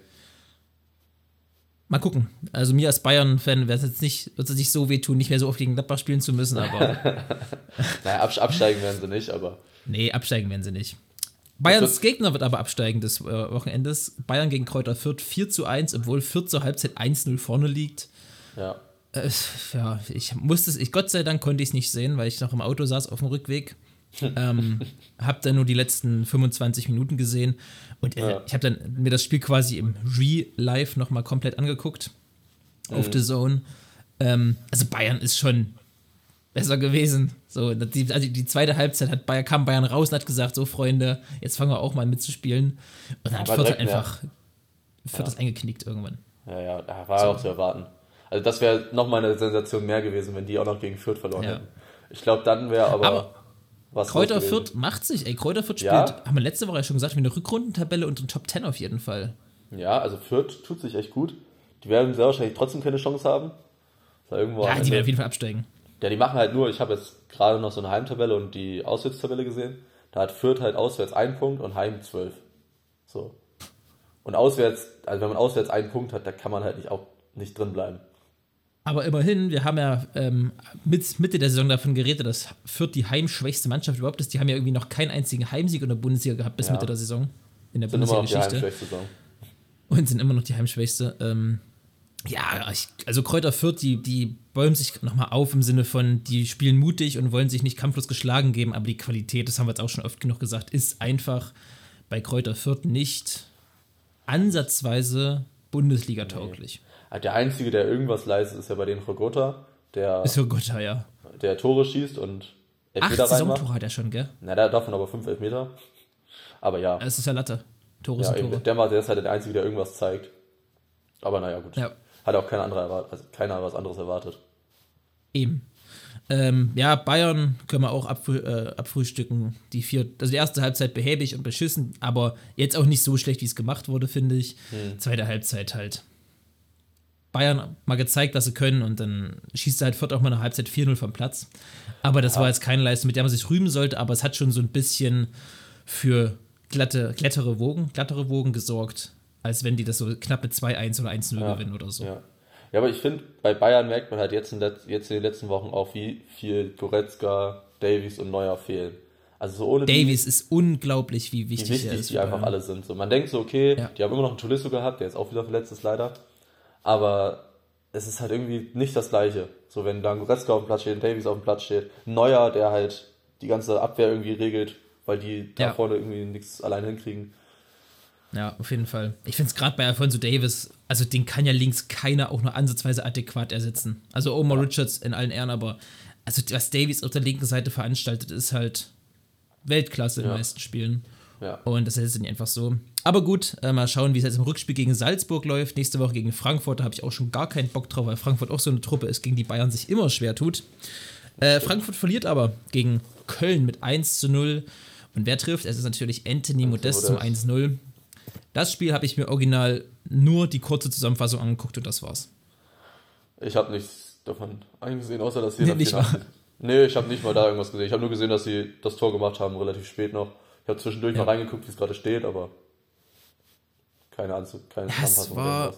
[SPEAKER 1] Mal gucken. Also mir als Bayern-Fan wird es jetzt nicht, wird es nicht so wehtun, nicht mehr so oft gegen Gladbach spielen zu müssen, aber
[SPEAKER 4] naja, absteigen werden sie nicht, aber
[SPEAKER 1] nee, absteigen werden sie nicht. Bayerns Gegner wird aber absteigen des äh, Wochenendes. Bayern gegen Kräuter Fürth vier zu eins, obwohl Fürth zur Halbzeit eins null vorne liegt.
[SPEAKER 4] Ja.
[SPEAKER 1] Äh, ja, ich musste es, ich, Gott sei Dank konnte ich es nicht sehen, weil ich noch im Auto saß auf dem Rückweg. ähm, hab dann nur die letzten fünfundzwanzig Minuten gesehen und äh, ja. ich habe dann mir das Spiel quasi im Re-Live nochmal komplett angeguckt mhm. auf The Zone. Ähm, also Bayern ist schon besser gewesen. So, die, also die zweite Halbzeit hat Bayern, kam Bayern raus und hat gesagt, so Freunde, jetzt fangen wir auch mal mitzuspielen. Und dann hat Fürth einfach Fürth das eingeknickt irgendwann.
[SPEAKER 4] Ja, ja, da war so. Auch zu erwarten. Also das wäre nochmal eine Sensation mehr gewesen, wenn die auch noch gegen Fürth verloren ja. hätten. Ich glaube, dann wäre aber, aber was
[SPEAKER 1] Kräuter Fürth macht sich, ey, Kräuter Fürth spielt, ja. haben wir letzte Woche ja schon gesagt, wie eine Rückrundentabelle und ein Top zehn auf jeden Fall.
[SPEAKER 4] Ja, also Fürth tut sich echt gut. Die werden sehr wahrscheinlich trotzdem keine Chance haben. Irgendwo
[SPEAKER 1] ja, die werden auf jeden Fall absteigen.
[SPEAKER 4] Ja, die machen halt nur, ich habe jetzt gerade noch so eine Heimtabelle und die Auswärtstabelle gesehen. Da hat Fürth halt auswärts einen Punkt und heim zwölf. So. Und auswärts, also wenn man auswärts einen Punkt hat, da kann man halt nicht auch nicht drin bleiben.
[SPEAKER 1] Aber immerhin, wir haben ja ähm, mit Mitte der Saison davon geredet, dass Fürth die heimschwächste Mannschaft überhaupt ist. Die haben ja irgendwie noch keinen einzigen Heimsieg in der Bundesliga gehabt bis ja. Mitte der Saison. In der Bundesliga-Geschichte. Und sind immer noch die heimschwächste. Ähm, ja, ich, also Kräuter Fürth, die, die bäumen sich nochmal auf im Sinne von, die spielen mutig und wollen sich nicht kampflos geschlagen geben, aber die Qualität, das haben wir jetzt auch schon oft genug gesagt, ist einfach bei Kräuter Fürth nicht ansatzweise Bundesliga-tauglich.
[SPEAKER 4] Nee. Der Einzige, der irgendwas leistet, ist ja bei den Rogota, der,
[SPEAKER 1] ist Rogota, ja.
[SPEAKER 4] der Tore schießt und Elfmeter
[SPEAKER 1] Acht
[SPEAKER 4] reinmacht.
[SPEAKER 1] Saisontore hat er schon, gell?
[SPEAKER 4] Na, der davon aber fünf Elfmeter. Aber ja.
[SPEAKER 1] Es ist ja Latte. Tore
[SPEAKER 4] ja,
[SPEAKER 1] sind
[SPEAKER 4] eben,
[SPEAKER 1] Tore.
[SPEAKER 4] der, war, der ist halt der Einzige, der irgendwas zeigt. Aber naja, gut.
[SPEAKER 1] Ja.
[SPEAKER 4] Hat auch keiner, andere erwartet, also keiner was anderes erwartet.
[SPEAKER 1] Eben. Ähm, ja, Bayern können wir auch abfrü- äh, abfrühstücken. Die vier, also die erste Halbzeit behäbig und beschissen, aber jetzt auch nicht so schlecht, wie es gemacht wurde, finde ich. Hm. Zweite Halbzeit halt. Bayern mal gezeigt, was sie können und dann schießt er halt Fürth auch mal eine Halbzeit vier null vom Platz. Aber das ja. war jetzt keine Leistung, mit der man sich rühmen sollte, aber es hat schon so ein bisschen für glatte, glattere Wogen, glattere Wogen gesorgt, als wenn die das so knapp mit zwei eins oder eins null
[SPEAKER 4] ja.
[SPEAKER 1] gewinnen oder so.
[SPEAKER 4] Ja. Ja, aber ich finde, bei Bayern merkt man halt jetzt in, Let- jetzt in den letzten Wochen auch, wie viel Goretzka, Davies und Neuer fehlen. Also so ohne
[SPEAKER 1] Davies die, ist unglaublich, wie wichtig,
[SPEAKER 4] wie wichtig
[SPEAKER 1] er ist.
[SPEAKER 4] Die einfach alle sind. So, man denkt so, okay,
[SPEAKER 1] ja.
[SPEAKER 4] die haben immer noch einen Tolisso gehabt, der jetzt auch wieder verletzt ist leider. Aber es ist halt irgendwie nicht das Gleiche. So, wenn dann Goretzka auf dem Platz steht und Davies auf dem Platz steht, Neuer, der halt die ganze Abwehr irgendwie regelt, weil die da
[SPEAKER 1] ja.
[SPEAKER 4] vorne irgendwie nichts allein hinkriegen.
[SPEAKER 1] Ja, auf jeden Fall. Ich finde es gerade bei Alphonso Davies, also den kann ja links keiner auch nur ansatzweise adäquat ersetzen. Also Omar ja. Richards in allen Ehren, aber also was Davies auf der linken Seite veranstaltet, ist halt Weltklasse in
[SPEAKER 4] ja.
[SPEAKER 1] den meisten Spielen.
[SPEAKER 4] Ja.
[SPEAKER 1] Und das ist nicht einfach so. Aber gut, äh, mal schauen, wie es jetzt im Rückspiel gegen Salzburg läuft. Nächste Woche gegen Frankfurt, da habe ich auch schon gar keinen Bock drauf, weil Frankfurt auch so eine Truppe ist, gegen die Bayern sich immer schwer tut. Äh, Frankfurt verliert aber gegen Köln mit eins zu null. Und wer trifft? Es ist natürlich Anthony Modest zum eins null. Das Spiel habe ich mir original nur die kurze Zusammenfassung angeguckt und das war's.
[SPEAKER 4] Ich habe nichts davon angesehen, außer dass sie...
[SPEAKER 1] Nee, nicht wahr?
[SPEAKER 4] Nee, ich habe nicht mal da irgendwas gesehen. Ich habe nur gesehen, dass sie das Tor gemacht haben, relativ spät noch. Ich habe zwischendurch ja. mal reingeguckt, wie es gerade steht, aber keine Anzug, keine
[SPEAKER 1] ja,
[SPEAKER 4] Zusammenfassung.
[SPEAKER 1] Es war,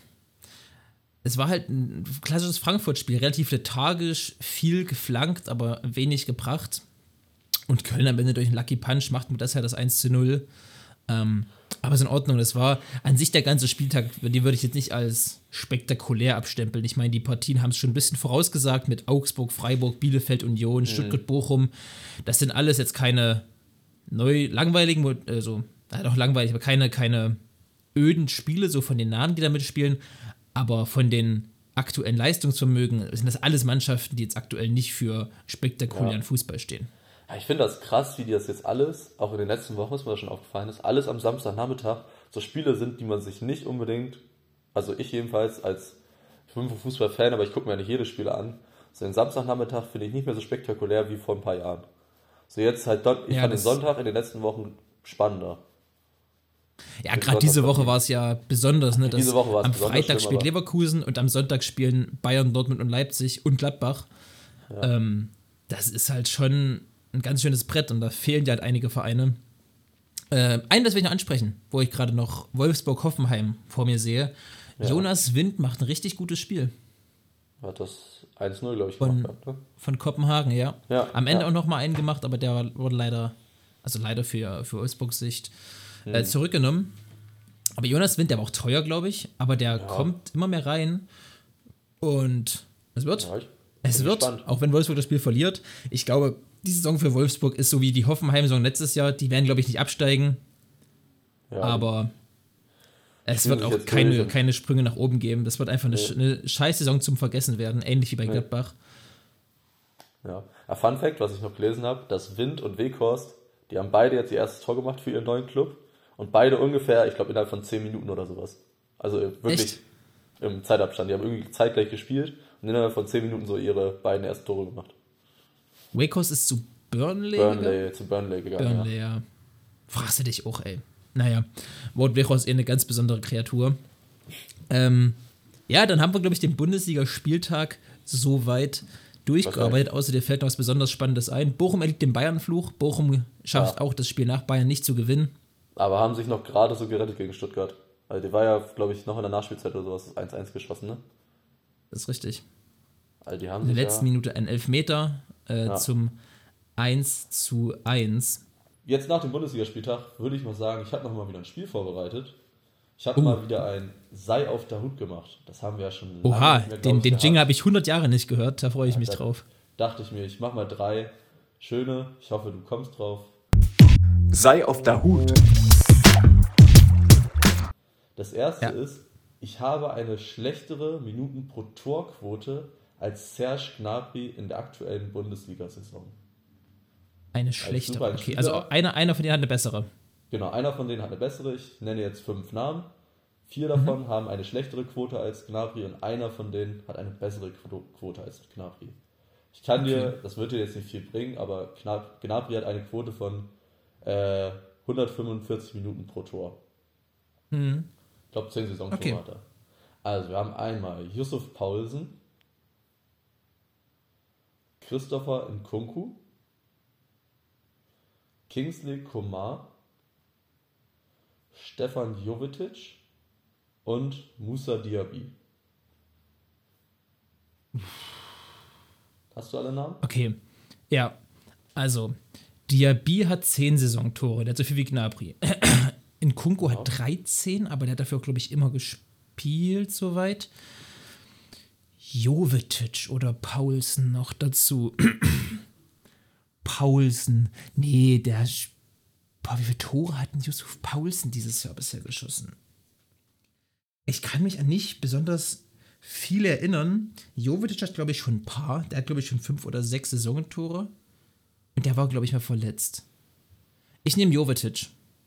[SPEAKER 1] es war halt ein klassisches Frankfurt-Spiel, relativ lethargisch, viel geflankt, aber wenig gebracht. Und Köln am Ende durch einen Lucky Punch macht mir das ja das eins zu null. Ähm, aber ist in Ordnung, das war an sich der ganze Spieltag, die würde ich jetzt nicht als spektakulär abstempeln. Ich meine, die Partien haben es schon ein bisschen vorausgesagt mit Augsburg, Freiburg, Bielefeld, Union, Stuttgart, mhm. Bochum. Das sind alles jetzt keine neu langweiligen, also ja, doch langweilig, aber keine, keine öden Spiele, so von den Namen, die da mitspielen. Aber von den aktuellen Leistungsvermögen sind das alles Mannschaften, die jetzt aktuell nicht für spektakulären ja. Fußball stehen.
[SPEAKER 4] Ja, ich finde das krass, wie die das jetzt alles, auch in den letzten Wochen ist mir das schon aufgefallen ist, alles am Samstagnachmittag so Spiele sind, die man sich nicht unbedingt, also ich jedenfalls als, ich bin Fußballfan, aber ich gucke mir ja nicht jedes Spiel an, so den Samstagnachmittag finde ich nicht mehr so spektakulär wie vor ein paar Jahren. So jetzt halt, ich ja, fand den Sonntag in den letzten Wochen spannender.
[SPEAKER 1] Ja, gerade diese Woche war es ja besonders, ne?
[SPEAKER 4] Diese Woche war es
[SPEAKER 1] am
[SPEAKER 4] besonders
[SPEAKER 1] Freitag
[SPEAKER 4] schlimm,
[SPEAKER 1] spielt Leverkusen und am Sonntag spielen Bayern, Dortmund und Leipzig und Gladbach. Ja. Ähm, das ist halt schon ein ganz schönes Brett und da fehlen ja halt einige Vereine. Äh, einen, das will ich noch ansprechen, wo ich gerade noch Wolfsburg-Hoffenheim vor mir sehe. Ja. Jonas Wind macht ein richtig gutes Spiel.
[SPEAKER 4] Hat das eins null, glaube ich,
[SPEAKER 1] von,
[SPEAKER 4] gemacht. Ne?
[SPEAKER 1] Von Kopenhagen, ja.
[SPEAKER 4] ja
[SPEAKER 1] Am Ende
[SPEAKER 4] ja.
[SPEAKER 1] auch noch mal einen gemacht, aber der wurde leider, also leider für, für Wolfsburgs Sicht, hm. äh, zurückgenommen. Aber Jonas Wind, der war auch teuer, glaube ich, aber der ja. kommt immer mehr rein und es wird, ja, es wird, gespannt. Auch wenn Wolfsburg das Spiel verliert, ich glaube, die Saison für Wolfsburg ist so wie die Hoffenheim-Saison letztes Jahr, die werden, glaube ich, nicht absteigen, ja, aber es wird auch keine, keine Sprünge nach oben geben, das wird einfach eine, nee. eine scheiß Saison zum Vergessen werden, ähnlich wie bei nee. Gladbach.
[SPEAKER 4] Ja, ein Fun Fact, was ich noch gelesen habe, dass Wind und Weghorst, die haben beide jetzt ihr erstes Tor gemacht für ihren neuen Club. Und beide ungefähr, ich glaube, innerhalb von zehn Minuten oder sowas. Also wirklich Echt? Im Zeitabstand. Die haben irgendwie zeitgleich gespielt und innerhalb von zehn Minuten so ihre beiden ersten Tore gemacht.
[SPEAKER 1] Wakehorst ist zu Burnley
[SPEAKER 4] Burnley,
[SPEAKER 1] gegangen?
[SPEAKER 4] zu Burnley gegangen,
[SPEAKER 1] Burnley, ja. ja. Fragst du dich auch, ey. Naja, Wout Weghorst ist eh eine ganz besondere Kreatur. Ähm, ja, dann haben wir, glaube ich, den Bundesliga-Spieltag soweit durchgearbeitet, außer dir fällt noch was besonders Spannendes ein. Bochum erliegt den Bayern-Fluch. Bochum schafft ja. auch das Spiel nach Bayern nicht zu gewinnen.
[SPEAKER 4] Aber haben sich noch gerade so gerettet gegen Stuttgart. Also die war ja, glaube ich, noch in der Nachspielzeit oder sowas eins eins geschossen, ne?
[SPEAKER 1] Das ist richtig.
[SPEAKER 4] Also die haben
[SPEAKER 1] in der
[SPEAKER 4] sich
[SPEAKER 1] letzten
[SPEAKER 4] ja
[SPEAKER 1] Minute ein Elfmeter äh, ja. zum eins zu eins.
[SPEAKER 4] Jetzt nach dem Bundesligaspieltag würde ich mal sagen, ich habe noch mal wieder ein Spiel vorbereitet. Ich habe
[SPEAKER 1] Oh.
[SPEAKER 4] mal wieder ein Sei auf der Hut gemacht. Das haben wir ja schon lange
[SPEAKER 1] Oha,
[SPEAKER 4] nicht mehr, glaub
[SPEAKER 1] den,
[SPEAKER 4] ich,
[SPEAKER 1] den
[SPEAKER 4] gehabt.
[SPEAKER 1] Jingle habe ich hundert Jahre nicht gehört, da freue ich mich
[SPEAKER 4] da-
[SPEAKER 1] drauf.
[SPEAKER 4] Dachte ich mir, ich mache mal drei schöne. Ich hoffe, du kommst drauf.
[SPEAKER 2] Sei auf der Hut.
[SPEAKER 4] Das erste
[SPEAKER 1] Ja.
[SPEAKER 4] ist, ich habe eine schlechtere Minuten pro Torquote als Serge Gnabry in der aktuellen Bundesliga-Saison.
[SPEAKER 1] Eine
[SPEAKER 4] super
[SPEAKER 1] schlechtere.
[SPEAKER 4] ein
[SPEAKER 1] Okay,
[SPEAKER 4] Spieler.
[SPEAKER 1] also einer, einer von denen hat eine bessere.
[SPEAKER 4] Genau, einer von denen hat eine bessere. Ich nenne jetzt fünf Namen. Vier
[SPEAKER 1] Mhm.
[SPEAKER 4] davon haben eine schlechtere Quote als Gnabry und einer von denen hat eine bessere Quo- Quote als Gnabry. Ich kann
[SPEAKER 1] Okay.
[SPEAKER 4] dir, das wird dir jetzt nicht viel bringen, aber Gnab- Gnabry hat eine Quote von äh, hundertfünfundvierzig Minuten pro Tor.
[SPEAKER 1] Mhm.
[SPEAKER 4] Ich glaube, zehn Saisontore
[SPEAKER 1] Okay.
[SPEAKER 4] hat er. Also, wir haben einmal Yusuf Paulsen, Christopher Nkunku, Kingsley Coman, Stefan Jovetic und Moussa Diaby. Hast du alle Namen?
[SPEAKER 1] Okay, ja, also, Diaby hat zehn Saisontore, der hat so viel wie Gnabry. Nkunku
[SPEAKER 4] Ja.
[SPEAKER 1] hat dreizehn, aber der hat dafür, glaube ich, immer gespielt, soweit. Jovetic oder Paulsen noch dazu. Paulsen, nee, der. sch- Boah, wie viele Tore hat denn Yusuf Paulsen dieses Jahr bisher geschossen? Ich kann mich an nicht besonders viel erinnern. Jovetic hat, glaube ich, schon ein paar. Der hat, glaube ich, schon fünf oder sechs Saisontore. Und der war, glaube ich, mal verletzt. Ich nehme Jovetic.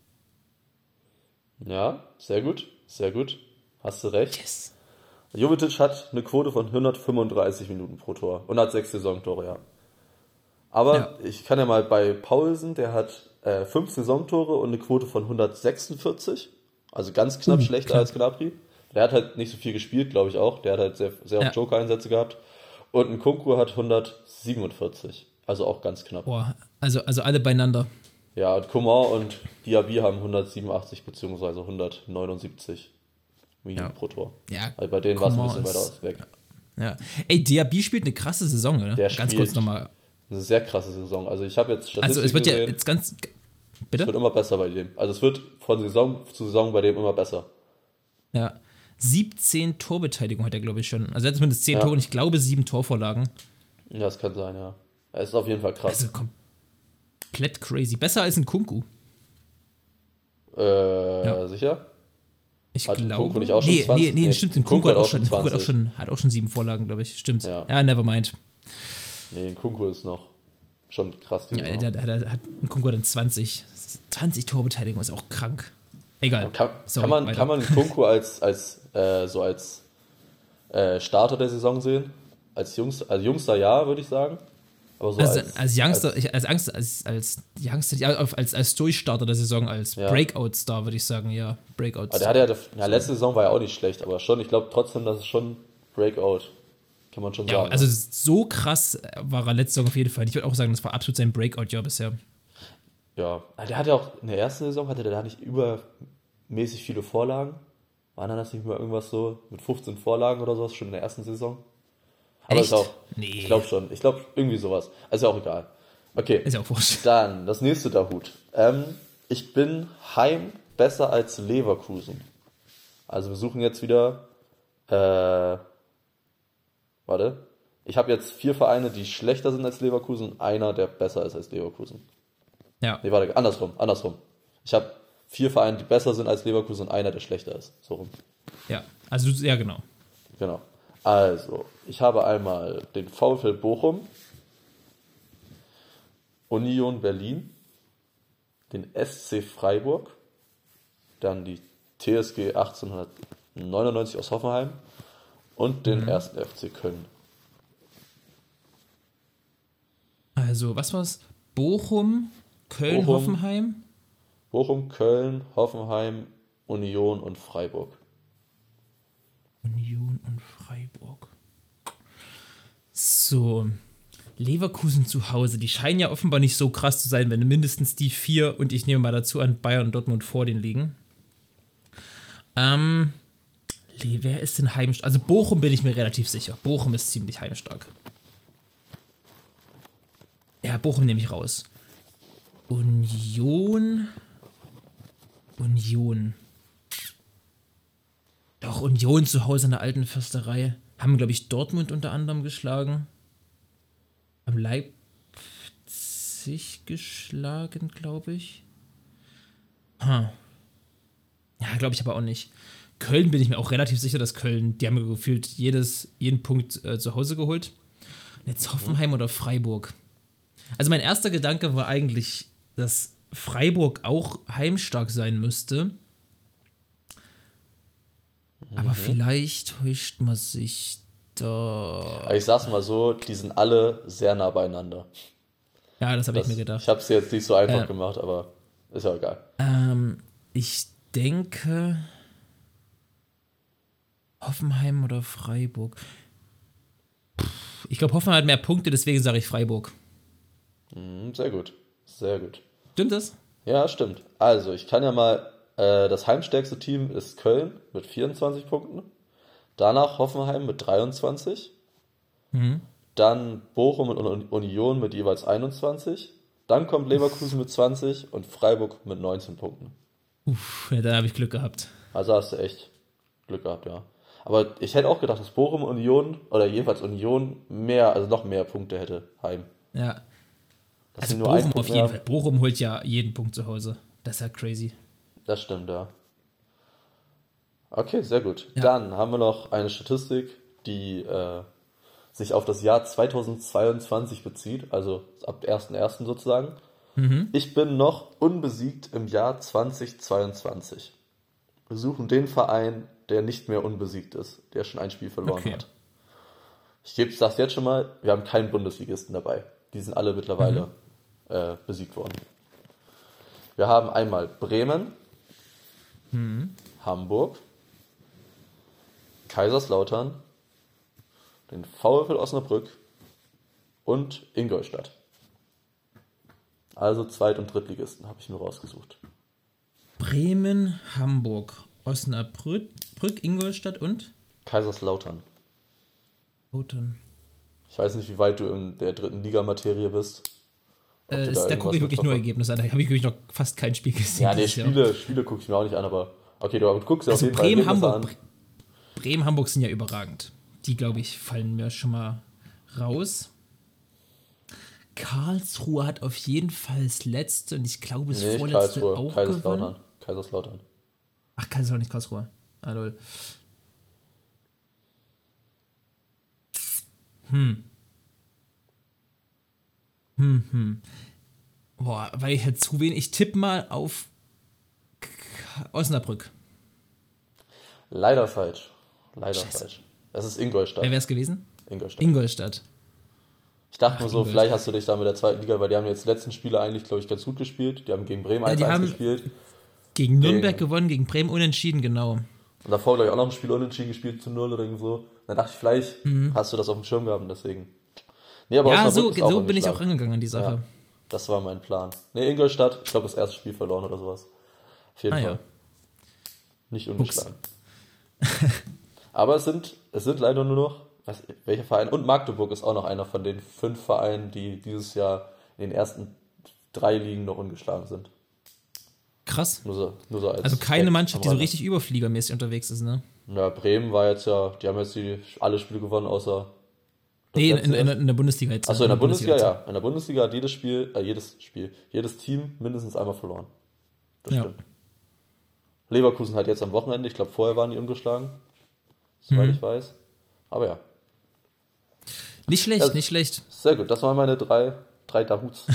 [SPEAKER 4] Ja, sehr gut, sehr gut. Hast du recht.
[SPEAKER 1] Yes.
[SPEAKER 4] Jovetic hat eine Quote von hundertfünfunddreißig Minuten pro Tor und hat sechs Saisontore, ja. Aber
[SPEAKER 1] Ja.
[SPEAKER 4] ich kann ja mal bei Paulsen, der hat äh, fünf Saisontore und eine Quote von hundertsechsundvierzig. Also ganz knapp
[SPEAKER 1] Uh,
[SPEAKER 4] schlechter
[SPEAKER 1] knapp.
[SPEAKER 4] als Gnabry. Der hat halt nicht so viel gespielt, glaube ich auch. Der hat halt sehr, sehr
[SPEAKER 1] Ja.
[SPEAKER 4] oft Joker-Einsätze gehabt. Und ein Nkunku hat hundertsiebenundvierzig. Also auch ganz knapp.
[SPEAKER 1] Boah, also, also alle beieinander.
[SPEAKER 4] Ja, und Coman und Diaby haben hundertsiebenundachtzig bzw. hundertneunundsiebzig Minuten
[SPEAKER 1] Ja.
[SPEAKER 4] pro Tor.
[SPEAKER 1] Ja,
[SPEAKER 4] Also bei denen war es ein
[SPEAKER 1] Coman
[SPEAKER 4] bisschen
[SPEAKER 1] ist-
[SPEAKER 4] weiter weg.
[SPEAKER 1] Ja. Ey, Diaby spielt eine krasse Saison, ne?
[SPEAKER 4] Der
[SPEAKER 1] Ganz
[SPEAKER 4] spielt-
[SPEAKER 1] kurz nochmal.
[SPEAKER 4] Eine sehr krasse Saison. Also ich habe jetzt Statistiken
[SPEAKER 1] Also es wird ja
[SPEAKER 4] gesehen,
[SPEAKER 1] jetzt ganz.
[SPEAKER 4] es wird
[SPEAKER 1] Bitte?
[SPEAKER 4] immer besser bei dem. Also es wird von Saison zu Saison bei dem immer besser.
[SPEAKER 1] Ja. siebzehn Torbeteiligung hat er, glaube ich, schon. Also er hat zumindest zehn
[SPEAKER 4] Ja.
[SPEAKER 1] Tore und ich glaube sieben Torvorlagen.
[SPEAKER 4] Ja, das kann sein, ja. Er ist auf jeden Fall krass.
[SPEAKER 1] Also komplett crazy. Besser als ein Kunku.
[SPEAKER 4] äh,
[SPEAKER 1] Ja.
[SPEAKER 4] sicher?
[SPEAKER 1] Ich
[SPEAKER 4] Hat
[SPEAKER 1] glaube.
[SPEAKER 4] Nkunku nicht auch schon
[SPEAKER 1] nee,
[SPEAKER 4] zwanzig?
[SPEAKER 1] nee, nee,
[SPEAKER 4] Nee,
[SPEAKER 1] stimmt. Den
[SPEAKER 4] Nkunku
[SPEAKER 1] Kunku hat,
[SPEAKER 4] hat
[SPEAKER 1] auch
[SPEAKER 4] auch
[SPEAKER 1] schon,
[SPEAKER 4] schon
[SPEAKER 1] Nkunku hat, auch
[SPEAKER 4] zwanzig.
[SPEAKER 1] schon, hat auch schon sieben Vorlagen, glaube ich. Stimmt.
[SPEAKER 4] Ja.
[SPEAKER 1] Ja, never mind.
[SPEAKER 4] Nee, Nkunku ist noch schon krass. Die
[SPEAKER 1] Ja,
[SPEAKER 4] Saison.
[SPEAKER 1] der, der, der hat Nkunku dann zwanzig. zwanzig Torbeteiligung ist auch krank. Egal.
[SPEAKER 4] Kann,
[SPEAKER 1] Sorry,
[SPEAKER 4] kann man,
[SPEAKER 1] weiter.
[SPEAKER 4] kann man Nkunku als, als, äh, so als äh, Starter der Saison sehen? Als Jungs, als Jungster ja, würde ich sagen. Aber so
[SPEAKER 1] Also,
[SPEAKER 4] als,
[SPEAKER 1] als Youngster, ich- als, Angst, als, als Youngster, ja, auf- als, als Durchstarter der Saison, als
[SPEAKER 4] Ja.
[SPEAKER 1] Breakout-Star, würde ich sagen, ja.
[SPEAKER 4] Aber
[SPEAKER 1] Breakout-Star.
[SPEAKER 4] der hatte ja, ja, letzte Saison war ja auch nicht schlecht, aber schon, ich glaube trotzdem, dass es schon Breakout, kann man schon
[SPEAKER 1] Ja,
[SPEAKER 4] sagen.
[SPEAKER 1] also so krass war er letzte Saison auf jeden Fall. Ich würde auch sagen, das war absolut sein Breakout-Jahr bisher.
[SPEAKER 4] ja, der hatte ja auch in der ersten Saison, hatte der da nicht übermäßig viele Vorlagen? Waren dann das nicht mal irgendwas so mit fünfzehn Vorlagen oder sowas schon in der ersten Saison? Aber
[SPEAKER 1] Echt?
[SPEAKER 4] ist auch,
[SPEAKER 1] Nee.
[SPEAKER 4] ich glaube schon, ich glaube irgendwie sowas. Also auch egal. Okay.
[SPEAKER 1] Ist ja auch wurscht.
[SPEAKER 4] Dann, das nächste Dahut. Ähm, ich bin heim besser als Leverkusen. Also wir suchen jetzt wieder, äh, warte, ich habe jetzt vier Vereine, die schlechter sind als Leverkusen und einer, der besser ist als Leverkusen.
[SPEAKER 1] Ja.
[SPEAKER 4] Nee, warte, andersrum, andersrum. Ich habe vier Vereine, die besser sind als Leverkusen und einer, der schlechter ist. So rum.
[SPEAKER 1] Ja. Also, du- ja, genau.
[SPEAKER 4] Genau. Also, ich habe einmal den VfL Bochum, Union Berlin, den S C Freiburg, dann die T S G achtzehnhundertneunundneunzig aus Hoffenheim und den ersten F C Köln.
[SPEAKER 1] Also, was war's? Bochum, Köln,
[SPEAKER 4] Bochum.
[SPEAKER 1] Hoffenheim.
[SPEAKER 4] Bochum, Köln, Hoffenheim, Union und Freiburg.
[SPEAKER 1] Union und Freiburg. So. Leverkusen zu Hause. Die scheinen ja offenbar nicht so krass zu sein, wenn mindestens die vier und ich nehme mal dazu an Bayern und Dortmund vor denen liegen. Ähm. Le- Wer ist denn heimstark? Also Bochum bin ich mir relativ sicher. Bochum ist ziemlich heimstark. Ja, Bochum nehme ich raus. Union. Union. Union zu Hause in der alten Försterei. Haben, glaube ich, Dortmund unter anderem geschlagen. Haben Leipzig geschlagen, glaube ich. Huh. Ja, glaube ich aber auch nicht. Köln bin ich mir auch relativ sicher, dass Köln, die haben ja gefühlt jedes, jeden Punkt äh, zu Hause geholt. Und jetzt Hoffenheim oder Freiburg. Also mein erster Gedanke war eigentlich, dass Freiburg auch heimstark sein müsste. Aber mhm. vielleicht täuscht man sich da.
[SPEAKER 4] Ich sag's mal so, die sind alle sehr nah beieinander.
[SPEAKER 1] Ja, das habe ich mir gedacht.
[SPEAKER 4] Ich habe es jetzt nicht so einfach
[SPEAKER 1] äh,
[SPEAKER 4] gemacht, aber ist ja egal.
[SPEAKER 1] Ähm, ich denke Hoffenheim oder Freiburg. Ich glaube, Hoffenheim hat mehr Punkte, deswegen sage ich Freiburg.
[SPEAKER 4] Sehr gut, sehr gut.
[SPEAKER 1] Stimmt das?
[SPEAKER 4] Ja, stimmt. Also, ich kann ja mal, äh, das heimstärkste Team ist Köln mit vierundzwanzig Punkten. Danach Hoffenheim mit dreiundzwanzig.
[SPEAKER 1] Mhm.
[SPEAKER 4] Dann Bochum und Union mit jeweils einundzwanzig. Dann kommt Leverkusen mit zwanzig und Freiburg mit neunzehn Punkten.
[SPEAKER 1] Uff, ja, da habe ich Glück gehabt.
[SPEAKER 4] Also hast du echt Glück gehabt, ja. Aber ich hätte auch gedacht, dass Bochum Union oder jeweils Union mehr, also noch mehr Punkte hätte heim.
[SPEAKER 1] Ja.
[SPEAKER 4] Das
[SPEAKER 1] Also
[SPEAKER 4] nur
[SPEAKER 1] Bochum
[SPEAKER 4] ein
[SPEAKER 1] auf jeden Fall. Bochum holt ja jeden Punkt zu Hause. Das ist ja crazy.
[SPEAKER 4] Das stimmt, ja. Okay, sehr gut.
[SPEAKER 1] Ja.
[SPEAKER 4] Dann haben wir noch eine Statistik, die äh, sich auf das Jahr zweitausendzweiundzwanzig bezieht, also ab ersten ersten sozusagen.
[SPEAKER 1] Mhm.
[SPEAKER 4] Ich bin noch unbesiegt im Jahr zweitausendzweiundzwanzig. Wir suchen den Verein, der nicht mehr unbesiegt ist, der schon ein Spiel verloren
[SPEAKER 1] Okay.
[SPEAKER 4] hat. Ich gebe das jetzt schon mal, wir haben keinen Bundesligisten dabei. Die sind alle mittlerweile mhm. äh, besiegt worden. Wir haben einmal Bremen,
[SPEAKER 1] Mhm.
[SPEAKER 4] Hamburg, Kaiserslautern, den VfL Osnabrück und Ingolstadt. Also Zweit- und Drittligisten habe ich mir rausgesucht.
[SPEAKER 1] Bremen, Hamburg, Osnabrück, Brück, Ingolstadt und
[SPEAKER 4] Kaiserslautern.
[SPEAKER 1] Roten.
[SPEAKER 4] Ich weiß nicht, wie weit du in der dritten Liga-Materie bist. Ob
[SPEAKER 1] Äh,
[SPEAKER 4] du
[SPEAKER 1] ist, da
[SPEAKER 4] irgendwas
[SPEAKER 1] gucke ich wirklich nur
[SPEAKER 4] mitverfolgst.
[SPEAKER 1] Ergebnisse an. Da habe ich wirklich noch fast kein Spiel gesehen.
[SPEAKER 4] Ja, nee,
[SPEAKER 1] dieses Jahr.
[SPEAKER 4] Spiele, Spiele gucke ich mir auch nicht an, aber okay, du guckst ja
[SPEAKER 1] Also
[SPEAKER 4] auf jeden
[SPEAKER 1] Bremen,
[SPEAKER 4] Fall Ergebnisse
[SPEAKER 1] Hamburg,
[SPEAKER 4] an.
[SPEAKER 1] Bre- Bremen, Hamburg sind ja überragend. Die, glaube ich, fallen mir schon mal raus. Karlsruhe hat auf jeden Fall das letzte und ich glaube das
[SPEAKER 4] Nee, nicht
[SPEAKER 1] vorletzte
[SPEAKER 4] Karlsruhe,
[SPEAKER 1] auch
[SPEAKER 4] Kaiserslautern.
[SPEAKER 1] gewonnen.
[SPEAKER 4] Kaiserslautern.
[SPEAKER 1] Ach, Kaiserslautern, nicht Karlsruhe. Ah, lol. Hm. Hm, hm. Boah, weil ich halt zu wenig. Ich tippe mal auf K- Osnabrück.
[SPEAKER 4] Leider falsch. Leider
[SPEAKER 1] Scheiße.
[SPEAKER 4] falsch. Das ist Ingolstadt.
[SPEAKER 1] Wer wäre es gewesen?
[SPEAKER 4] Ingolstadt.
[SPEAKER 1] Ingolstadt.
[SPEAKER 4] Ich dachte
[SPEAKER 1] Ach,
[SPEAKER 4] mir so,
[SPEAKER 1] Ingolstadt.
[SPEAKER 4] vielleicht hast du dich da mit der zweiten Liga, weil die haben jetzt die letzten Spiele eigentlich, glaube ich, ganz gut gespielt. Die haben gegen Bremen
[SPEAKER 1] Ja, die
[SPEAKER 4] eins eins
[SPEAKER 1] haben-
[SPEAKER 4] gespielt.
[SPEAKER 1] Gegen Nürnberg
[SPEAKER 4] Gegen-
[SPEAKER 1] gewonnen, gegen Bremen unentschieden, genau.
[SPEAKER 4] Und davor, glaube ich, auch noch ein Spiel unentschieden gespielt zu null oder irgend so. Dann dachte ich, vielleicht hast du das auf dem Schirm gehabt, deswegen. Nee, aber
[SPEAKER 1] Mhm. Ja,
[SPEAKER 4] Osnabrück
[SPEAKER 1] so,
[SPEAKER 4] ist
[SPEAKER 1] so bin ich auch
[SPEAKER 4] ungeschlagen.
[SPEAKER 1] rangegangen an die Sache.
[SPEAKER 4] Ja, das war mein Plan. Nee, Ingolstadt, ich glaube, das erste Spiel verloren oder sowas. Auf jeden
[SPEAKER 1] Ah,
[SPEAKER 4] Fall.
[SPEAKER 1] ja.
[SPEAKER 4] Nicht ungeschlagen. Aber es sind, es sind leider nur noch, was, welcher Verein? Und Magdeburg ist auch noch einer von den fünf Vereinen, die dieses Jahr in den ersten drei Ligen noch ungeschlagen sind.
[SPEAKER 1] Krass.
[SPEAKER 4] Nur so, nur so als
[SPEAKER 1] Also keine
[SPEAKER 4] Fact
[SPEAKER 1] Mannschaft, die
[SPEAKER 4] am
[SPEAKER 1] so
[SPEAKER 4] Rande.
[SPEAKER 1] richtig überfliegermäßig unterwegs ist, ne?
[SPEAKER 4] Ja, Bremen war jetzt ja, die haben jetzt die, alle Spiele gewonnen, außer das
[SPEAKER 1] Nee, in,
[SPEAKER 4] letzte
[SPEAKER 1] in,
[SPEAKER 4] erst.
[SPEAKER 1] in der Bundesliga jetzt.
[SPEAKER 4] Achso, in der Bundesliga,
[SPEAKER 1] jetzt.
[SPEAKER 4] ja. In der Bundesliga hat jedes Spiel, äh, jedes Spiel, jedes Team mindestens einmal verloren. Das
[SPEAKER 1] Ja.
[SPEAKER 4] stimmt. Leverkusen hat jetzt am Wochenende, ich glaube vorher waren die ungeschlagen, soweit
[SPEAKER 1] Mhm.
[SPEAKER 4] ich weiß. Aber ja,
[SPEAKER 1] Nicht schlecht,
[SPEAKER 4] Also-
[SPEAKER 1] nicht schlecht.
[SPEAKER 4] sehr gut. Das waren meine drei, drei Dahuts.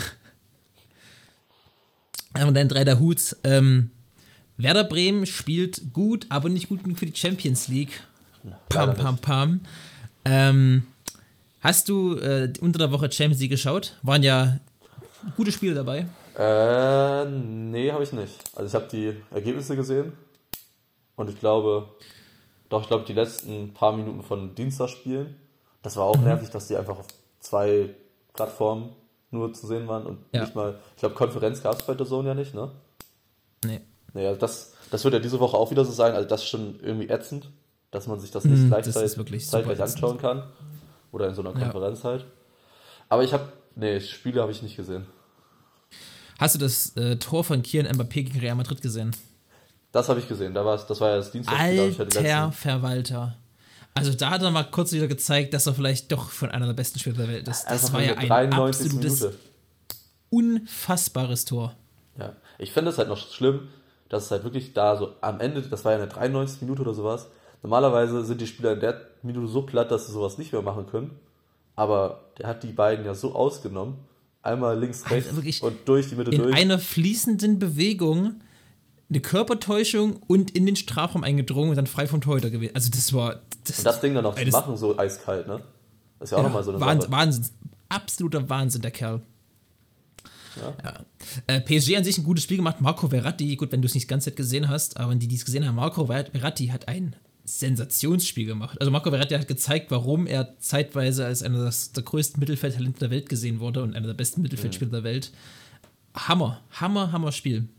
[SPEAKER 1] Und dann drei der Huts. Ähm, Werder Bremen spielt gut, aber nicht gut genug für die Champions League. Pam,
[SPEAKER 4] leider
[SPEAKER 1] pam,
[SPEAKER 4] nicht.
[SPEAKER 1] pam. Ähm, hast du äh, unter der Woche Champions League geschaut? Waren ja gute Spiele dabei.
[SPEAKER 4] Äh, nee, habe ich nicht. Also ich habe die Ergebnisse gesehen und ich glaube, doch, ich glaube, die letzten paar Minuten von Dienstagsspielen, das war auch
[SPEAKER 1] Mhm.
[SPEAKER 4] nervig, dass die einfach auf zwei Plattformen nur zu sehen waren und
[SPEAKER 1] Ja.
[SPEAKER 4] nicht mal, ich glaube, Konferenz gab es bei der Zone ja nicht, ne?
[SPEAKER 1] Nee.
[SPEAKER 4] Nee, also das, das wird ja diese Woche auch wieder so sein, also das ist schon irgendwie ätzend, dass man sich das nicht
[SPEAKER 1] Mm, das
[SPEAKER 4] gleichzeitig
[SPEAKER 1] ist wirklich super
[SPEAKER 4] zeitgleich
[SPEAKER 1] ätzend.
[SPEAKER 4] anschauen kann. Oder in so einer
[SPEAKER 1] Ja.
[SPEAKER 4] Konferenz halt. Aber ich habe, nee, Spiele habe ich nicht gesehen.
[SPEAKER 1] Hast du das äh, Tor von Kylian Mbappé gegen Real Madrid gesehen?
[SPEAKER 4] Das habe ich gesehen. Da war's, das war ja das Dienstagsspiel.
[SPEAKER 1] Alter letzten... Verwalter. Also da hat er mal kurz wieder gezeigt, dass er vielleicht doch von einer der besten Spieler der Welt ist. Das
[SPEAKER 4] Einfach
[SPEAKER 1] war ja ein absolutes,
[SPEAKER 4] Minute.
[SPEAKER 1] unfassbares Tor.
[SPEAKER 4] Ja, ich finde es halt noch schlimm, dass es halt wirklich da so am Ende, das war ja eine dreiundneunzigste Minute oder sowas, normalerweise sind die Spieler in der Minute so platt, dass sie sowas nicht mehr machen können, aber der hat die beiden ja so ausgenommen, einmal links, rechts
[SPEAKER 1] also
[SPEAKER 4] und durch die Mitte
[SPEAKER 1] in
[SPEAKER 4] durch.
[SPEAKER 1] In einer fließenden Bewegung eine Körpertäuschung und in den Strafraum eingedrungen und dann frei vom Torhüter gewesen. Also das war... Das,
[SPEAKER 4] und das Ding dann auch zu
[SPEAKER 1] das,
[SPEAKER 4] machen, so eiskalt, ne? Das ist ja auch
[SPEAKER 1] ja,
[SPEAKER 4] nochmal so eine
[SPEAKER 1] Wahnsinn,
[SPEAKER 4] Sache.
[SPEAKER 1] Wahnsinn, absoluter Wahnsinn, der Kerl.
[SPEAKER 4] Ja.
[SPEAKER 1] Ja. Äh, P S G an sich ein gutes Spiel gemacht. Marco Verratti, gut, wenn du es nicht ganz gesehen hast, aber die, die es gesehen haben, Marco Verratti hat ein Sensationsspiel gemacht. Also Marco Verratti hat gezeigt, warum er zeitweise als einer der größten Mittelfeldtalente der Welt gesehen wurde und einer der besten Mittelfeldspieler mhm. der Welt. Hammer, Hammer, Hammer Spiel.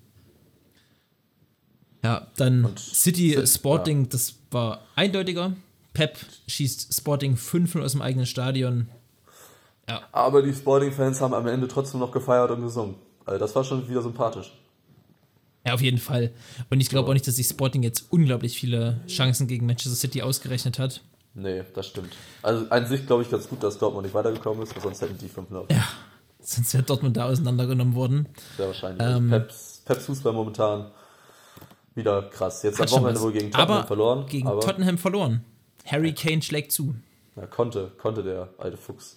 [SPEAKER 1] Ja, dann und City Sit, Sporting, ja. Das war eindeutiger. Pep schießt Sporting fünf null aus dem eigenen Stadion. Ja.
[SPEAKER 4] Aber die Sporting-Fans haben am Ende trotzdem noch gefeiert und gesungen. Also das war schon wieder sympathisch.
[SPEAKER 1] Ja, auf jeden Fall. Und ich glaube ja. auch nicht, dass sich Sporting jetzt unglaublich viele Chancen gegen Manchester City ausgerechnet hat.
[SPEAKER 4] Nee, das stimmt. Also an sich glaube ich ganz gut, dass Dortmund nicht weitergekommen ist, weil sonst hätten die fünf null.
[SPEAKER 1] Ja, sonst wäre Dortmund da auseinandergenommen worden.
[SPEAKER 4] Sehr wahrscheinlich.
[SPEAKER 1] Ähm,
[SPEAKER 4] also Peps, Peps Fußball momentan wieder krass. Jetzt am Wochenende wohl gegen Tottenham
[SPEAKER 1] aber
[SPEAKER 4] verloren.
[SPEAKER 1] Gegen
[SPEAKER 4] aber
[SPEAKER 1] Tottenham verloren. Harry Kane schlägt zu.
[SPEAKER 4] Ja, konnte, konnte der alte Fuchs.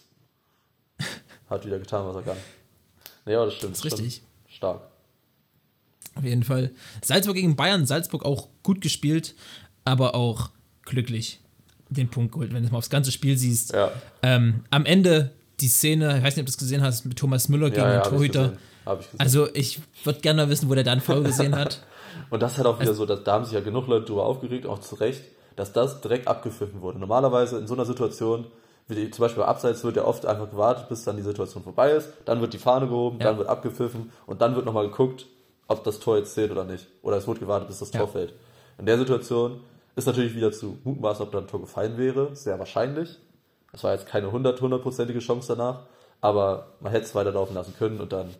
[SPEAKER 4] Hat wieder getan, was er kann. Nee, aber das stimmt.
[SPEAKER 1] Das ist richtig.
[SPEAKER 4] Stark.
[SPEAKER 1] Auf jeden Fall. Salzburg gegen Bayern. Salzburg auch gut gespielt, aber auch glücklich den Punkt geholt, wenn du mal aufs ganze Spiel siehst.
[SPEAKER 4] Ja.
[SPEAKER 1] Ähm, am Ende die Szene, ich weiß nicht, ob du es gesehen hast, mit Thomas Müller gegen
[SPEAKER 4] ja, ja,
[SPEAKER 1] den Torhüter.
[SPEAKER 4] Hab ich hab ich gesehen.
[SPEAKER 1] Also ich würde gerne mal wissen, wo der da einen Foul gesehen hat.
[SPEAKER 4] Und das hat auch wieder so, dass, da haben sich ja genug Leute drüber aufgeregt, auch zu Recht, dass das direkt abgepfiffen wurde. Normalerweise in so einer Situation, wie zum Beispiel bei Abseits, wird ja oft einfach gewartet, bis dann die Situation vorbei ist, dann wird die Fahne gehoben, ja. dann wird abgepfiffen und dann wird nochmal geguckt, ob das Tor jetzt zählt oder nicht. Oder es wird gewartet, bis das Tor ja. fällt. In der Situation ist natürlich wieder zu mutmaßen, ob da ein Tor gefallen wäre, sehr wahrscheinlich. Das war jetzt keine hundertprozentige Chance danach, aber man hätte es weiterlaufen lassen können und dann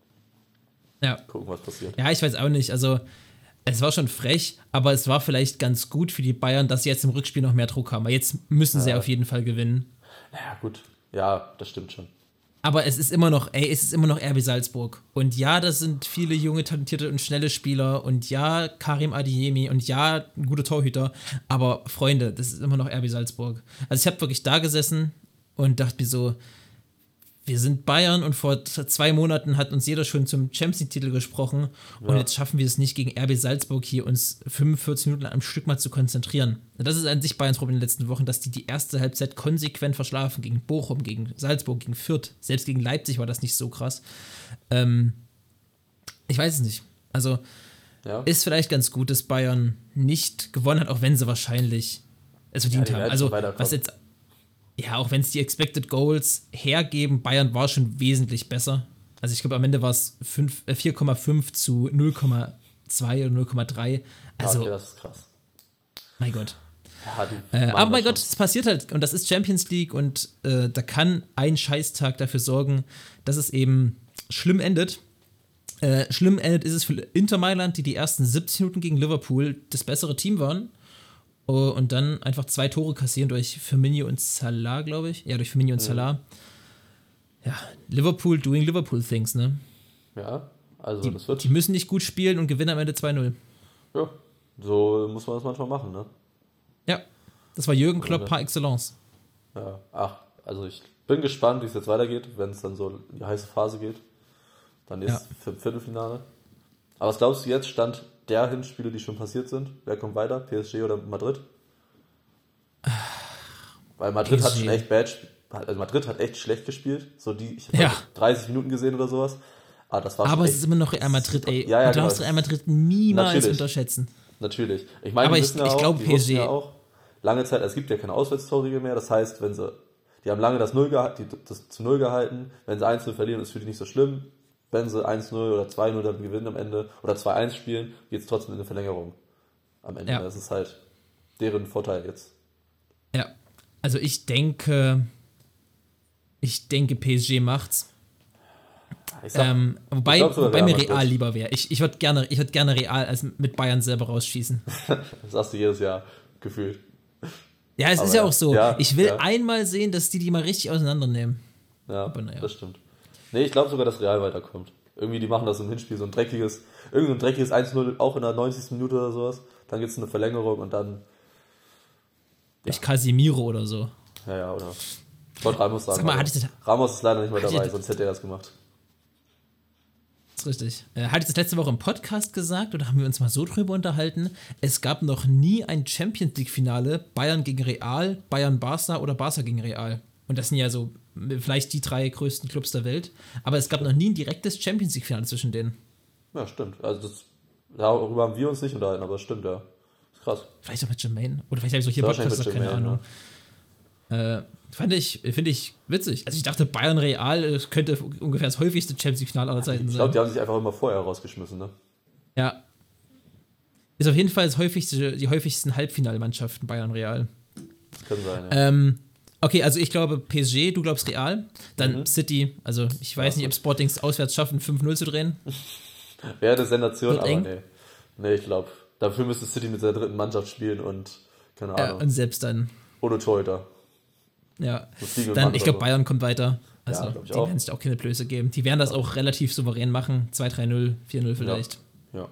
[SPEAKER 1] ja.
[SPEAKER 4] gucken, was passiert.
[SPEAKER 1] Ja, ich weiß auch nicht, also es war schon frech, aber es war vielleicht ganz gut für die Bayern, dass sie jetzt im Rückspiel noch mehr Druck haben. Weil jetzt müssen sie ja. auf jeden Fall gewinnen.
[SPEAKER 4] Ja, gut. Ja, das stimmt schon.
[SPEAKER 1] Aber es ist immer noch, ey, es ist immer noch R B Salzburg. Und ja, das sind viele junge, talentierte und schnelle Spieler. Und ja, Karim Adeyemi. Und ja, ein guter Torhüter. Aber Freunde, das ist immer noch R B Salzburg. Also ich habe wirklich da gesessen und dachte mir so, wir sind Bayern und vor zwei Monaten hat uns jeder schon zum Champions League-Titel gesprochen und ja. jetzt schaffen wir es nicht, gegen R B Salzburg hier uns fünfundvierzig Minuten am Stück mal zu konzentrieren. Und das ist an sich Bayerns Problem in den letzten Wochen, dass die die erste Halbzeit konsequent verschlafen. Gegen Bochum, gegen Salzburg, gegen Fürth. Selbst gegen Leipzig war das nicht so krass. Ähm, ich weiß es nicht. Also ja. ist vielleicht ganz gut, dass Bayern nicht gewonnen hat, auch wenn sie wahrscheinlich es verdient
[SPEAKER 4] ja,
[SPEAKER 1] haben. Also was jetzt... Ja, auch wenn es die Expected Goals hergeben, Bayern war schon wesentlich besser. Also ich glaube, am Ende war es vier Komma fünf zu null Komma zwei oder null Komma drei. Also,
[SPEAKER 4] okay, das ist krass.
[SPEAKER 1] Mein Gott.
[SPEAKER 4] Ja,
[SPEAKER 1] äh, aber mein Gott, es passiert halt. Und das ist Champions League und äh, da kann ein Scheißtag dafür sorgen, dass es eben schlimm endet. Äh, schlimm endet ist es für Inter Mailand, die die ersten siebzig Minuten gegen Liverpool das bessere Team waren. Oh, und dann einfach zwei Tore kassieren durch Firmino und Salah, glaube ich. Ja, durch Firmino und mhm. Salah. Ja, Liverpool doing Liverpool things, ne?
[SPEAKER 4] Ja, also
[SPEAKER 1] die,
[SPEAKER 4] das wird...
[SPEAKER 1] Die müssen nicht gut spielen und gewinnen am Ende zwei null.
[SPEAKER 4] Ja, so muss man das manchmal machen, ne?
[SPEAKER 1] Ja, das war Jürgen Klopp par excellence.
[SPEAKER 4] Ja, ach, also ich bin gespannt, wie es jetzt weitergeht, wenn es dann so in die heiße Phase geht. Dann ist ja. für ein Viertelfinale. Aber was glaubst du jetzt, Stand der Hinspiele, die schon passiert sind? Wer kommt weiter? P S G oder Madrid? Weil Madrid P S G. Hat schon echt bad, also Madrid hat echt schlecht gespielt. So die, ich habe
[SPEAKER 1] ja.
[SPEAKER 4] dreißig Minuten gesehen oder sowas. Aber, das war
[SPEAKER 1] Aber
[SPEAKER 4] schon
[SPEAKER 1] es ist immer noch Real Madrid, ey.
[SPEAKER 4] Ja, ja,
[SPEAKER 1] du darfst
[SPEAKER 4] genau.
[SPEAKER 1] Real Madrid niemals
[SPEAKER 4] Natürlich.
[SPEAKER 1] unterschätzen.
[SPEAKER 4] Natürlich. Ich meine,
[SPEAKER 1] aber
[SPEAKER 4] die
[SPEAKER 1] ich,
[SPEAKER 4] wissen ja
[SPEAKER 1] ich
[SPEAKER 4] auch,
[SPEAKER 1] glaube
[SPEAKER 4] die
[SPEAKER 1] P S G
[SPEAKER 4] ja auch, lange Zeit, es gibt ja keine Auswärtstorregel mehr, das heißt, wenn sie, die haben lange das Null gehalten, die, das zu Null gehalten, wenn sie eins null verlieren, ist für die nicht so schlimm. Wenn sie eins null oder zwei null dann gewinnen am Ende oder zwei eins spielen, geht es trotzdem in eine Verlängerung am Ende. Ja. Das ist halt deren Vorteil jetzt.
[SPEAKER 1] Ja, also ich denke, ich denke P S G macht's.
[SPEAKER 4] Ich sag,
[SPEAKER 1] Ähm, wobei
[SPEAKER 4] ich glaub sogar
[SPEAKER 1] wobei mir
[SPEAKER 4] Real
[SPEAKER 1] Real
[SPEAKER 4] Madrid.
[SPEAKER 1] lieber wäre. Ich, ich würde gerne, ich würd gerne Real als mit Bayern selber rausschießen.
[SPEAKER 4] Das hast du jedes Jahr gefühlt.
[SPEAKER 1] Ja, es
[SPEAKER 4] Aber
[SPEAKER 1] ist ja
[SPEAKER 4] ja.
[SPEAKER 1] auch so.
[SPEAKER 4] Ja,
[SPEAKER 1] ich will
[SPEAKER 4] ja.
[SPEAKER 1] einmal sehen, dass die die mal richtig auseinandernehmen.
[SPEAKER 4] Ja,
[SPEAKER 1] Aber naja.
[SPEAKER 4] das stimmt. Nee, ich glaube sogar, dass Real weiterkommt. Irgendwie, die machen das im Hinspiel, so ein dreckiges, irgendein dreckiges eins null, auch in der neunzigsten Minute oder sowas. Dann gibt es eine Verlängerung und dann,
[SPEAKER 1] Durch Casimiro oder so.
[SPEAKER 4] ja, ja, oder. Ich wollte Ramos sagen.
[SPEAKER 1] Sag mal,
[SPEAKER 4] aber
[SPEAKER 1] hatte ich das-
[SPEAKER 4] Ramos ist leider nicht mehr
[SPEAKER 1] hatte ich
[SPEAKER 4] dabei,
[SPEAKER 1] das-
[SPEAKER 4] sonst hätte er das gemacht.
[SPEAKER 1] Das ist richtig. Äh, hatte ich das letzte Woche im Podcast gesagt oder haben wir uns mal so drüber unterhalten? Es gab noch nie ein Champions League-Finale Bayern gegen Real, Bayern-Barca oder Barca gegen Real. Und das sind ja so vielleicht die drei größten Clubs der Welt. Aber es gab noch nie ein direktes Champions League-Finale zwischen denen.
[SPEAKER 4] Ja, stimmt. Also das, darüber haben wir uns nicht unterhalten, aber es stimmt, ja. Ist krass.
[SPEAKER 1] Vielleicht auch mit Jermaine. Oder vielleicht habe ich so hier
[SPEAKER 4] Ja,
[SPEAKER 1] Podcast,
[SPEAKER 4] wahrscheinlich
[SPEAKER 1] keine
[SPEAKER 4] mit
[SPEAKER 1] Ahnung. Äh, fand ich, finde ich witzig. Also ich dachte, Bayern Real äh, könnte ungefähr das häufigste Champions League-Finale aller Zeiten
[SPEAKER 4] Ich
[SPEAKER 1] sein.
[SPEAKER 4] glaube, die haben sich einfach immer vorher rausgeschmissen, ne?
[SPEAKER 1] Ja. Ist auf jeden Fall das häufigste, die häufigsten Halbfinalmannschaften Bayern Real.
[SPEAKER 4] Das kann sein, ja.
[SPEAKER 1] Ähm, okay, also ich glaube P S G, du glaubst Real. Dann
[SPEAKER 4] Mhm.
[SPEAKER 1] City, also ich weiß
[SPEAKER 4] Ja,
[SPEAKER 1] nicht, ob Sportings auswärts schaffen, fünf null zu drehen.
[SPEAKER 4] Wäre eine Sensation,
[SPEAKER 1] Wird
[SPEAKER 4] aber
[SPEAKER 1] eng.
[SPEAKER 4] nee. Nee, ich glaube, dafür müsste City mit seiner dritten Mannschaft spielen und, keine
[SPEAKER 1] Ja,
[SPEAKER 4] Ahnung,
[SPEAKER 1] und selbst dann,
[SPEAKER 4] ohne Torhüter.
[SPEAKER 1] ja.
[SPEAKER 4] So Fliegelmann
[SPEAKER 1] Dann,
[SPEAKER 4] oder
[SPEAKER 1] ich glaube,
[SPEAKER 4] so.
[SPEAKER 1] Bayern kommt weiter. Also,
[SPEAKER 4] Ja, glaub ich
[SPEAKER 1] die
[SPEAKER 4] auch.
[SPEAKER 1] werden sich auch keine Blöße geben. Die werden das auch relativ souverän machen. zwei drei null, vier null vielleicht.
[SPEAKER 4] Ja.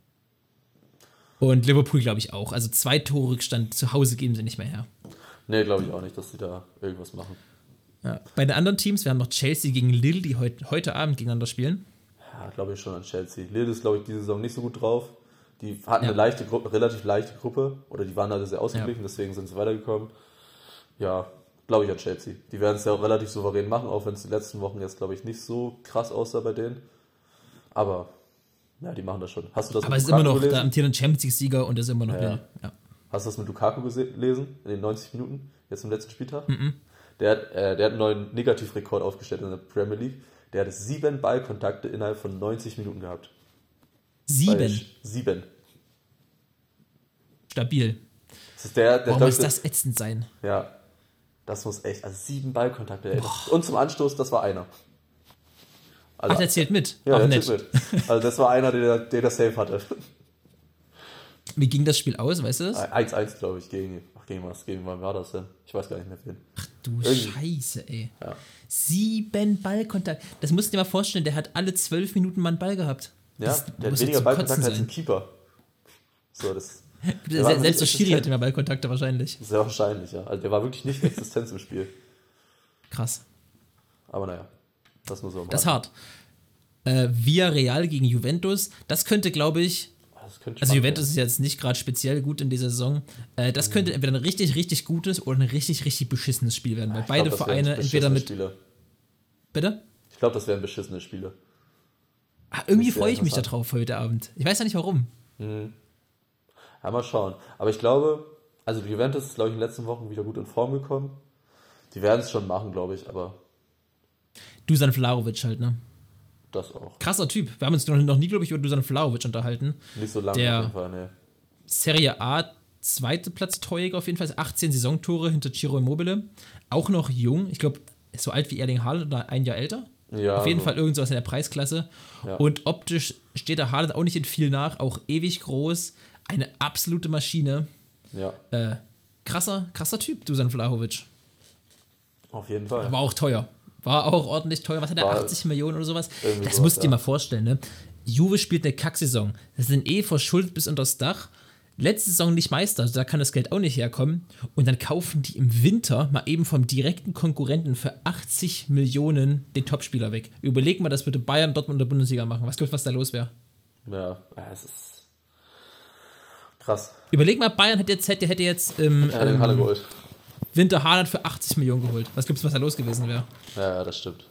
[SPEAKER 1] Und Liverpool glaube ich auch. Also zwei Tore Rückstand zu Hause geben sie nicht mehr her.
[SPEAKER 4] Nee, glaube ich auch nicht, dass sie da irgendwas machen.
[SPEAKER 1] Ja. Bei den anderen Teams, wir haben noch Chelsea gegen Lille, die heut, heute Abend gegeneinander spielen.
[SPEAKER 4] Ja, glaube ich schon an Chelsea. Lille ist, glaube ich, diese Saison nicht so gut drauf. Die hatten
[SPEAKER 1] Ja.
[SPEAKER 4] eine leichte Gruppe, relativ leichte Gruppe, oder die waren alle sehr ausgeglichen, deswegen sind sie weitergekommen. Ja, glaube ich an Chelsea. Die werden es ja auch relativ souverän machen, auch wenn es die letzten Wochen jetzt, glaube ich, nicht so krass aussah bei denen. Aber, ja, die machen das schon. Hast du das
[SPEAKER 1] Aber
[SPEAKER 4] mit
[SPEAKER 1] es ist immer
[SPEAKER 4] Lukaku
[SPEAKER 1] noch der
[SPEAKER 4] gelesen?
[SPEAKER 1] amtierende Champions League-Sieger und ist immer noch
[SPEAKER 4] Ja.
[SPEAKER 1] Lille. Ja.
[SPEAKER 4] Hast du das mit Lukaku gese- gelesen, in den neunzig Minuten, jetzt im letzten Spieltag? Mhm. Der, hat, äh, der hat einen neuen Negativrekord aufgestellt in der Premier League. Der hat sieben Ballkontakte innerhalb von neunzig Minuten gehabt.
[SPEAKER 1] Sieben.
[SPEAKER 4] Weil- Sieben.
[SPEAKER 1] Stabil.
[SPEAKER 4] Das ist der, der
[SPEAKER 1] Warum
[SPEAKER 4] glaub
[SPEAKER 1] muss
[SPEAKER 4] ich,
[SPEAKER 1] das ätzend sein?
[SPEAKER 4] Ja, das muss echt, also sieben Ballkontakte. Ey. Und zum Anstoß, das war einer. Also,
[SPEAKER 1] Ach, der zählt mit.
[SPEAKER 4] ja,
[SPEAKER 1] Auch
[SPEAKER 4] der
[SPEAKER 1] nett.
[SPEAKER 4] zählt mit. Also das war einer, der, der das Safe hatte.
[SPEAKER 1] Wie ging das Spiel aus, weißt du das?
[SPEAKER 4] eins eins, glaube ich, gegen, ach, gegen was, gegen wann war das denn? Ich weiß gar nicht mehr wen.
[SPEAKER 1] Du
[SPEAKER 4] Irgendwie.
[SPEAKER 1] Scheiße, ey.
[SPEAKER 4] Ja.
[SPEAKER 1] Sieben Ballkontakt. Das musst du dir mal vorstellen, der hat alle zwölf Minuten mal einen Ball gehabt.
[SPEAKER 4] Ja,
[SPEAKER 1] Das
[SPEAKER 4] der hat
[SPEAKER 1] muss
[SPEAKER 4] weniger
[SPEAKER 1] zum
[SPEAKER 4] Ballkontakt
[SPEAKER 1] Kotzen
[SPEAKER 4] als ein
[SPEAKER 1] sein.
[SPEAKER 4] Keeper. So, das, der war
[SPEAKER 1] Selbst,
[SPEAKER 4] nicht
[SPEAKER 1] selbst der Schiri
[SPEAKER 4] existent.
[SPEAKER 1] hatte mehr Ballkontakte wahrscheinlich.
[SPEAKER 4] Sehr wahrscheinlich, ja. Also der war wirklich nicht Existenz im Spiel.
[SPEAKER 1] Krass.
[SPEAKER 4] Aber naja, das muss man
[SPEAKER 1] Das ist hart. Äh, Villarreal gegen Juventus. Das könnte, glaube ich,
[SPEAKER 4] Das könnte
[SPEAKER 1] also
[SPEAKER 4] spannend
[SPEAKER 1] Juventus
[SPEAKER 4] werden.
[SPEAKER 1] ist jetzt nicht gerade speziell gut in dieser Saison. Äh, das könnte entweder ein richtig, richtig gutes oder ein richtig, richtig beschissenes Spiel werden. Weil
[SPEAKER 4] Ich
[SPEAKER 1] beide
[SPEAKER 4] glaub, das
[SPEAKER 1] Vereine
[SPEAKER 4] wären
[SPEAKER 1] entweder
[SPEAKER 4] beschissene
[SPEAKER 1] mit.
[SPEAKER 4] Spiele.
[SPEAKER 1] Bitte?
[SPEAKER 4] Ich glaube, das wären beschissene Spiele.
[SPEAKER 1] Ah, irgendwie
[SPEAKER 4] Sehr
[SPEAKER 1] freue ich mich
[SPEAKER 4] interessant.
[SPEAKER 1] darauf heute Abend. Ich weiß ja nicht warum.
[SPEAKER 4] Ja, mal schauen. Aber ich glaube, also die Juventus ist, glaube ich, in den letzten Wochen wieder gut in Form gekommen. Die werden es schon machen, glaube ich, aber
[SPEAKER 1] Dusan Vlahovic halt, ne?
[SPEAKER 4] das auch.
[SPEAKER 1] Krasser Typ. Wir haben uns noch, noch nie, glaube ich, über Dusan Vlahovic unterhalten.
[SPEAKER 4] Nicht so lange
[SPEAKER 1] Der-
[SPEAKER 4] auf jeden Fall, nee.
[SPEAKER 1] Serie A, zweite Platz Torjäger auf jeden Fall, achtzehn Saisontore hinter Ciro Immobile. Auch noch jung, ich glaube, so alt wie Erling Haaland oder ein Jahr älter.
[SPEAKER 4] Ja,
[SPEAKER 1] auf jeden
[SPEAKER 4] so.
[SPEAKER 1] Fall irgend sowas in der Preisklasse.
[SPEAKER 4] Ja.
[SPEAKER 1] Und optisch steht der Haaland auch nicht in viel nach, auch ewig groß. Eine absolute Maschine.
[SPEAKER 4] Ja,
[SPEAKER 1] Äh, krasser, krasser Typ, Dusan Vlahovic.
[SPEAKER 4] auf jeden Fall.
[SPEAKER 1] War auch teuer. War auch ordentlich teuer. Was hat er?
[SPEAKER 4] War
[SPEAKER 1] achtzig Millionen oder sowas?
[SPEAKER 4] irgendwie
[SPEAKER 1] Das
[SPEAKER 4] sowas,
[SPEAKER 1] musst du dir
[SPEAKER 4] ja.
[SPEAKER 1] mal vorstellen, ne? Juve spielt eine Kacksaison. Das sind eh verschuldet bis unters Dach. Letzte Saison nicht Meister, also da kann das Geld auch nicht herkommen. Und dann kaufen die im Winter mal eben vom direkten Konkurrenten für achtzig Millionen den Topspieler weg. Überleg mal, das würde Bayern, Dortmund in der Bundesliga machen. Was glaubst du, was da los wäre?
[SPEAKER 4] Ja, ja, es ist krass.
[SPEAKER 1] Überleg mal, Bayern hätte jetzt, hätte, hätte jetzt im
[SPEAKER 4] Er hat den
[SPEAKER 1] ähm,
[SPEAKER 4] Halle geholt.
[SPEAKER 1] Winter Haaland für achtzig Millionen geholt. Was glaubst du, was da los gewesen wäre?
[SPEAKER 4] Ja, ja, das stimmt.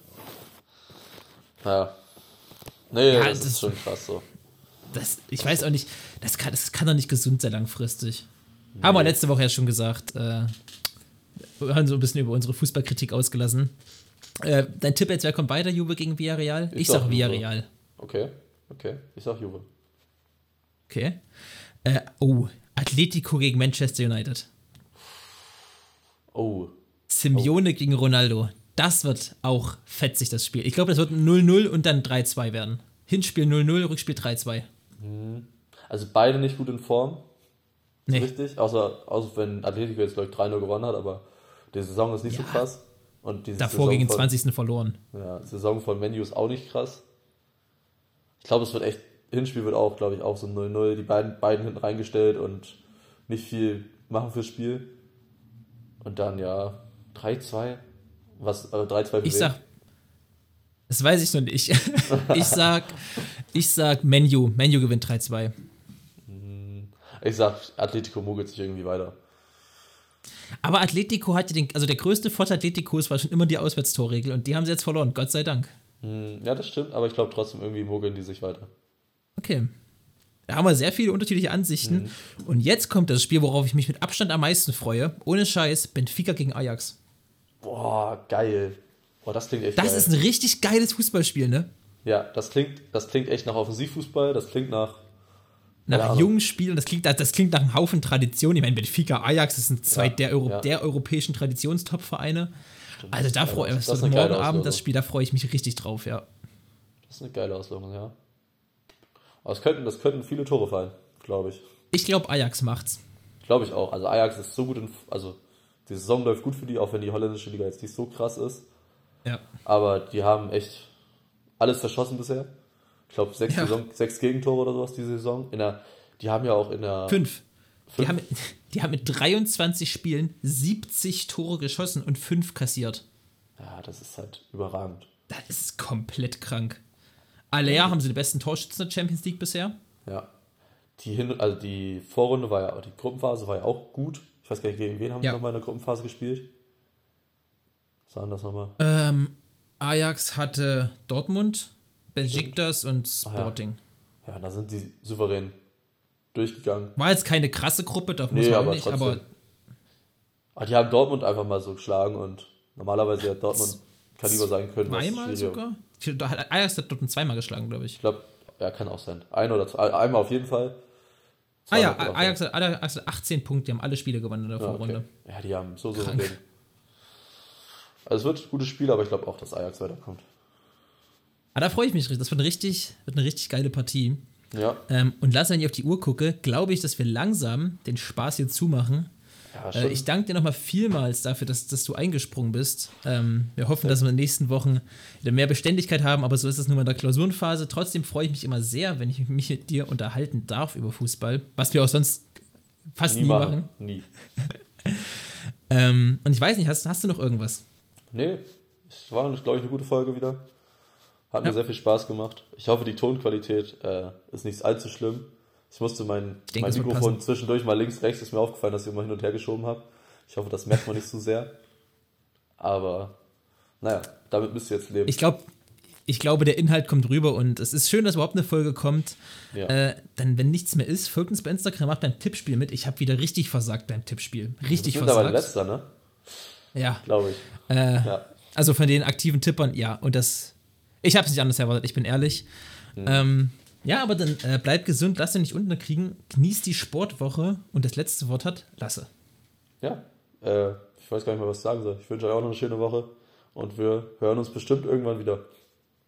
[SPEAKER 4] Ja. Nee,
[SPEAKER 1] Ja,
[SPEAKER 4] das,
[SPEAKER 1] das-
[SPEAKER 4] ist schon krass so.
[SPEAKER 1] Das, ich weiß auch nicht, das kann, das kann doch nicht gesund sein langfristig. Haben wir letzte Woche ja schon gesagt. Äh, wir haben so ein bisschen über unsere Fußballkritik ausgelassen. Äh, dein Tipp jetzt, wer kommt weiter? Juve gegen Villarreal? Ich,
[SPEAKER 4] Ich
[SPEAKER 1] sag
[SPEAKER 4] sag Juve.
[SPEAKER 1] Villarreal.
[SPEAKER 4] Okay, okay. Ich sag Juve.
[SPEAKER 1] Okay. Äh, oh, Atletico gegen Manchester United.
[SPEAKER 4] Oh,
[SPEAKER 1] Simeone gegen Ronaldo. Das wird auch fetzig, das Spiel. Ich glaube, das wird null null und dann drei zwei werden. Hinspiel null null, Rückspiel drei zwei.
[SPEAKER 4] Also beide nicht gut in Form.
[SPEAKER 1] Nee.
[SPEAKER 4] Richtig, außer, außer wenn Atletico jetzt, glaube ich, drei null gewonnen hat, aber die Saison ist nicht
[SPEAKER 1] Ja.
[SPEAKER 4] so krass. Und diese
[SPEAKER 1] Davor
[SPEAKER 4] Saison
[SPEAKER 1] gegen
[SPEAKER 4] von,
[SPEAKER 1] zwanzigsten verloren.
[SPEAKER 4] Ja, die Saison von Menu ist auch nicht krass. Ich glaube, es wird echt, Hinspiel wird auch, glaube ich, auch so null null, die beiden, beiden hinten reingestellt und nicht viel machen fürs Spiel. Und dann, ja, drei zwei. Was, äh, drei zwei für
[SPEAKER 1] Ich
[SPEAKER 4] wen?
[SPEAKER 1] sag, das weiß ich noch nicht. ich sag, ich sag Menu. Menu gewinnt drei zwei.
[SPEAKER 4] Ich sag, Atletico mogelt sich irgendwie weiter.
[SPEAKER 1] Aber Atletico hatte den, also der größte Vorteil Atleticos war schon immer die Auswärtstorregel und die haben sie jetzt verloren, Gott sei Dank.
[SPEAKER 4] Ja, das stimmt, aber ich glaube trotzdem, irgendwie mogeln die sich weiter.
[SPEAKER 1] Okay. Da haben wir sehr viele unterschiedliche Ansichten. Mhm. Und jetzt kommt das Spiel, worauf ich mich mit Abstand am meisten freue. Ohne Scheiß, Benfica gegen Ajax.
[SPEAKER 4] Boah, geil. Boah, das klingt echt
[SPEAKER 1] das
[SPEAKER 4] geil.
[SPEAKER 1] Das ist ein richtig geiles Fußballspiel, ne?
[SPEAKER 4] Ja, das klingt, das klingt echt nach Offensivfußball, das klingt nach...
[SPEAKER 1] Nach jungen Spielen, das klingt, das klingt nach einem Haufen Tradition. Ich meine, Benfica, Ajax, das sind zwei ja, der, Euro, ja. der europäischen Traditionstop-Vereine. Also da freue ich mich, das morgen Abend das Spiel, da freue ich mich richtig drauf, ja.
[SPEAKER 4] Das ist eine geile Auslösung, ja. Aber es könnten, das könnten viele Tore fallen, glaube ich.
[SPEAKER 1] Ich glaube, Ajax macht's.
[SPEAKER 4] Glaube ich auch. Also Ajax ist so gut, in, also die Saison läuft gut für die, auch wenn die holländische Liga jetzt nicht so krass ist.
[SPEAKER 1] Ja.
[SPEAKER 4] Aber die haben echt alles verschossen bisher. Ich glaube, sechs, ja. sechs Gegentore oder sowas diese Saison. In der, die haben ja auch in der...
[SPEAKER 1] Fünf. Fünf. Die, haben, die haben mit dreiundzwanzig Spielen siebzig Tore geschossen und fünf kassiert.
[SPEAKER 4] Ja, das ist halt überragend.
[SPEAKER 1] Das ist komplett krank. Alea ja. haben sie den besten Torschützen der Champions League bisher.
[SPEAKER 4] Ja. Die, Hin- also die Vorrunde war ja, die Gruppenphase war ja auch gut. Ich weiß gar nicht, gegen wen haben ja. die nochmal in der Gruppenphase gespielt? Was waren das nochmal?
[SPEAKER 1] Ähm, Ajax hatte Dortmund, Besiktas und Sporting.
[SPEAKER 4] Ah, ja. ja, da sind die souverän durchgegangen.
[SPEAKER 1] War jetzt keine krasse Gruppe, darf
[SPEAKER 4] nee,
[SPEAKER 1] man
[SPEAKER 4] aber
[SPEAKER 1] nicht, aber...
[SPEAKER 4] aber die haben Dortmund einfach mal so geschlagen und normalerweise hat Dortmund Kaliber sein können.
[SPEAKER 1] Zweimal sogar? Ajax hat Dortmund zweimal geschlagen, glaube ich.
[SPEAKER 4] Ich glaube, ja, kann auch sein. Ein oder zwei, einmal auf jeden Fall.
[SPEAKER 1] Ah ja, Ajax hat, Ajax hat achtzehn Punkte, die haben alle Spiele gewonnen in der ja, Vorrunde.
[SPEAKER 4] Okay. Ja, die haben so, so den. Also es wird ein gutes Spiel, aber ich glaube auch, dass Ajax weiterkommt.
[SPEAKER 1] Ah, da freue ich mich richtig. Das wird eine richtig, wird eine richtig geile Partie.
[SPEAKER 4] Ja.
[SPEAKER 1] Ähm, und lass, wenn ich auf die Uhr gucke, glaube ich, dass wir langsam den Spaß hier zumachen. Ja, äh, ich danke dir nochmal vielmals dafür, dass, dass du eingesprungen bist. Ähm, wir hoffen, ja. dass wir in den nächsten Wochen wieder mehr Beständigkeit haben, aber so ist es nun mal in der Klausurenphase. Trotzdem freue ich mich immer sehr, wenn ich mich mit dir unterhalten darf über Fußball, was wir auch sonst fast nie, nie machen. machen.
[SPEAKER 4] Nie.
[SPEAKER 1] ähm, und ich weiß nicht, hast, hast du noch irgendwas?
[SPEAKER 4] Nee, es war, glaube ich, eine gute Folge wieder. Hat mir ja. sehr viel Spaß gemacht. Ich hoffe, die Tonqualität äh, ist nicht allzu schlimm. Ich musste mein, ich denke, mein Mikrofon zwischendurch mal links, rechts, ist mir aufgefallen, dass ich immer hin und her geschoben habe. Ich hoffe, das merkt man nicht so sehr. Aber, naja, damit müsst ihr jetzt leben.
[SPEAKER 1] Ich glaube, ich glaube, der Inhalt kommt rüber und es ist schön, dass überhaupt eine Folge kommt. Ja. Äh, dann, wenn nichts mehr ist, folgt uns bei Instagram, macht beim Tippspiel mit. Ich habe wieder richtig versagt beim Tippspiel. Richtig versagt.
[SPEAKER 4] Aber letzter, ne?
[SPEAKER 1] Ja.
[SPEAKER 4] Glaube ich.
[SPEAKER 1] Äh,
[SPEAKER 4] ja.
[SPEAKER 1] Also von den aktiven Tippern, ja. Und das, ich habe es nicht anders erwartet, ich bin ehrlich. Hm. Ähm, ja, aber dann äh, bleibt gesund, lasst ihr nicht unterkriegen, genießt die Sportwoche und das letzte Wort hat Lasse.
[SPEAKER 4] Ja, äh, ich weiß gar nicht mehr, was ich sagen soll. Ich wünsche euch auch noch eine schöne Woche und wir hören uns bestimmt irgendwann wieder.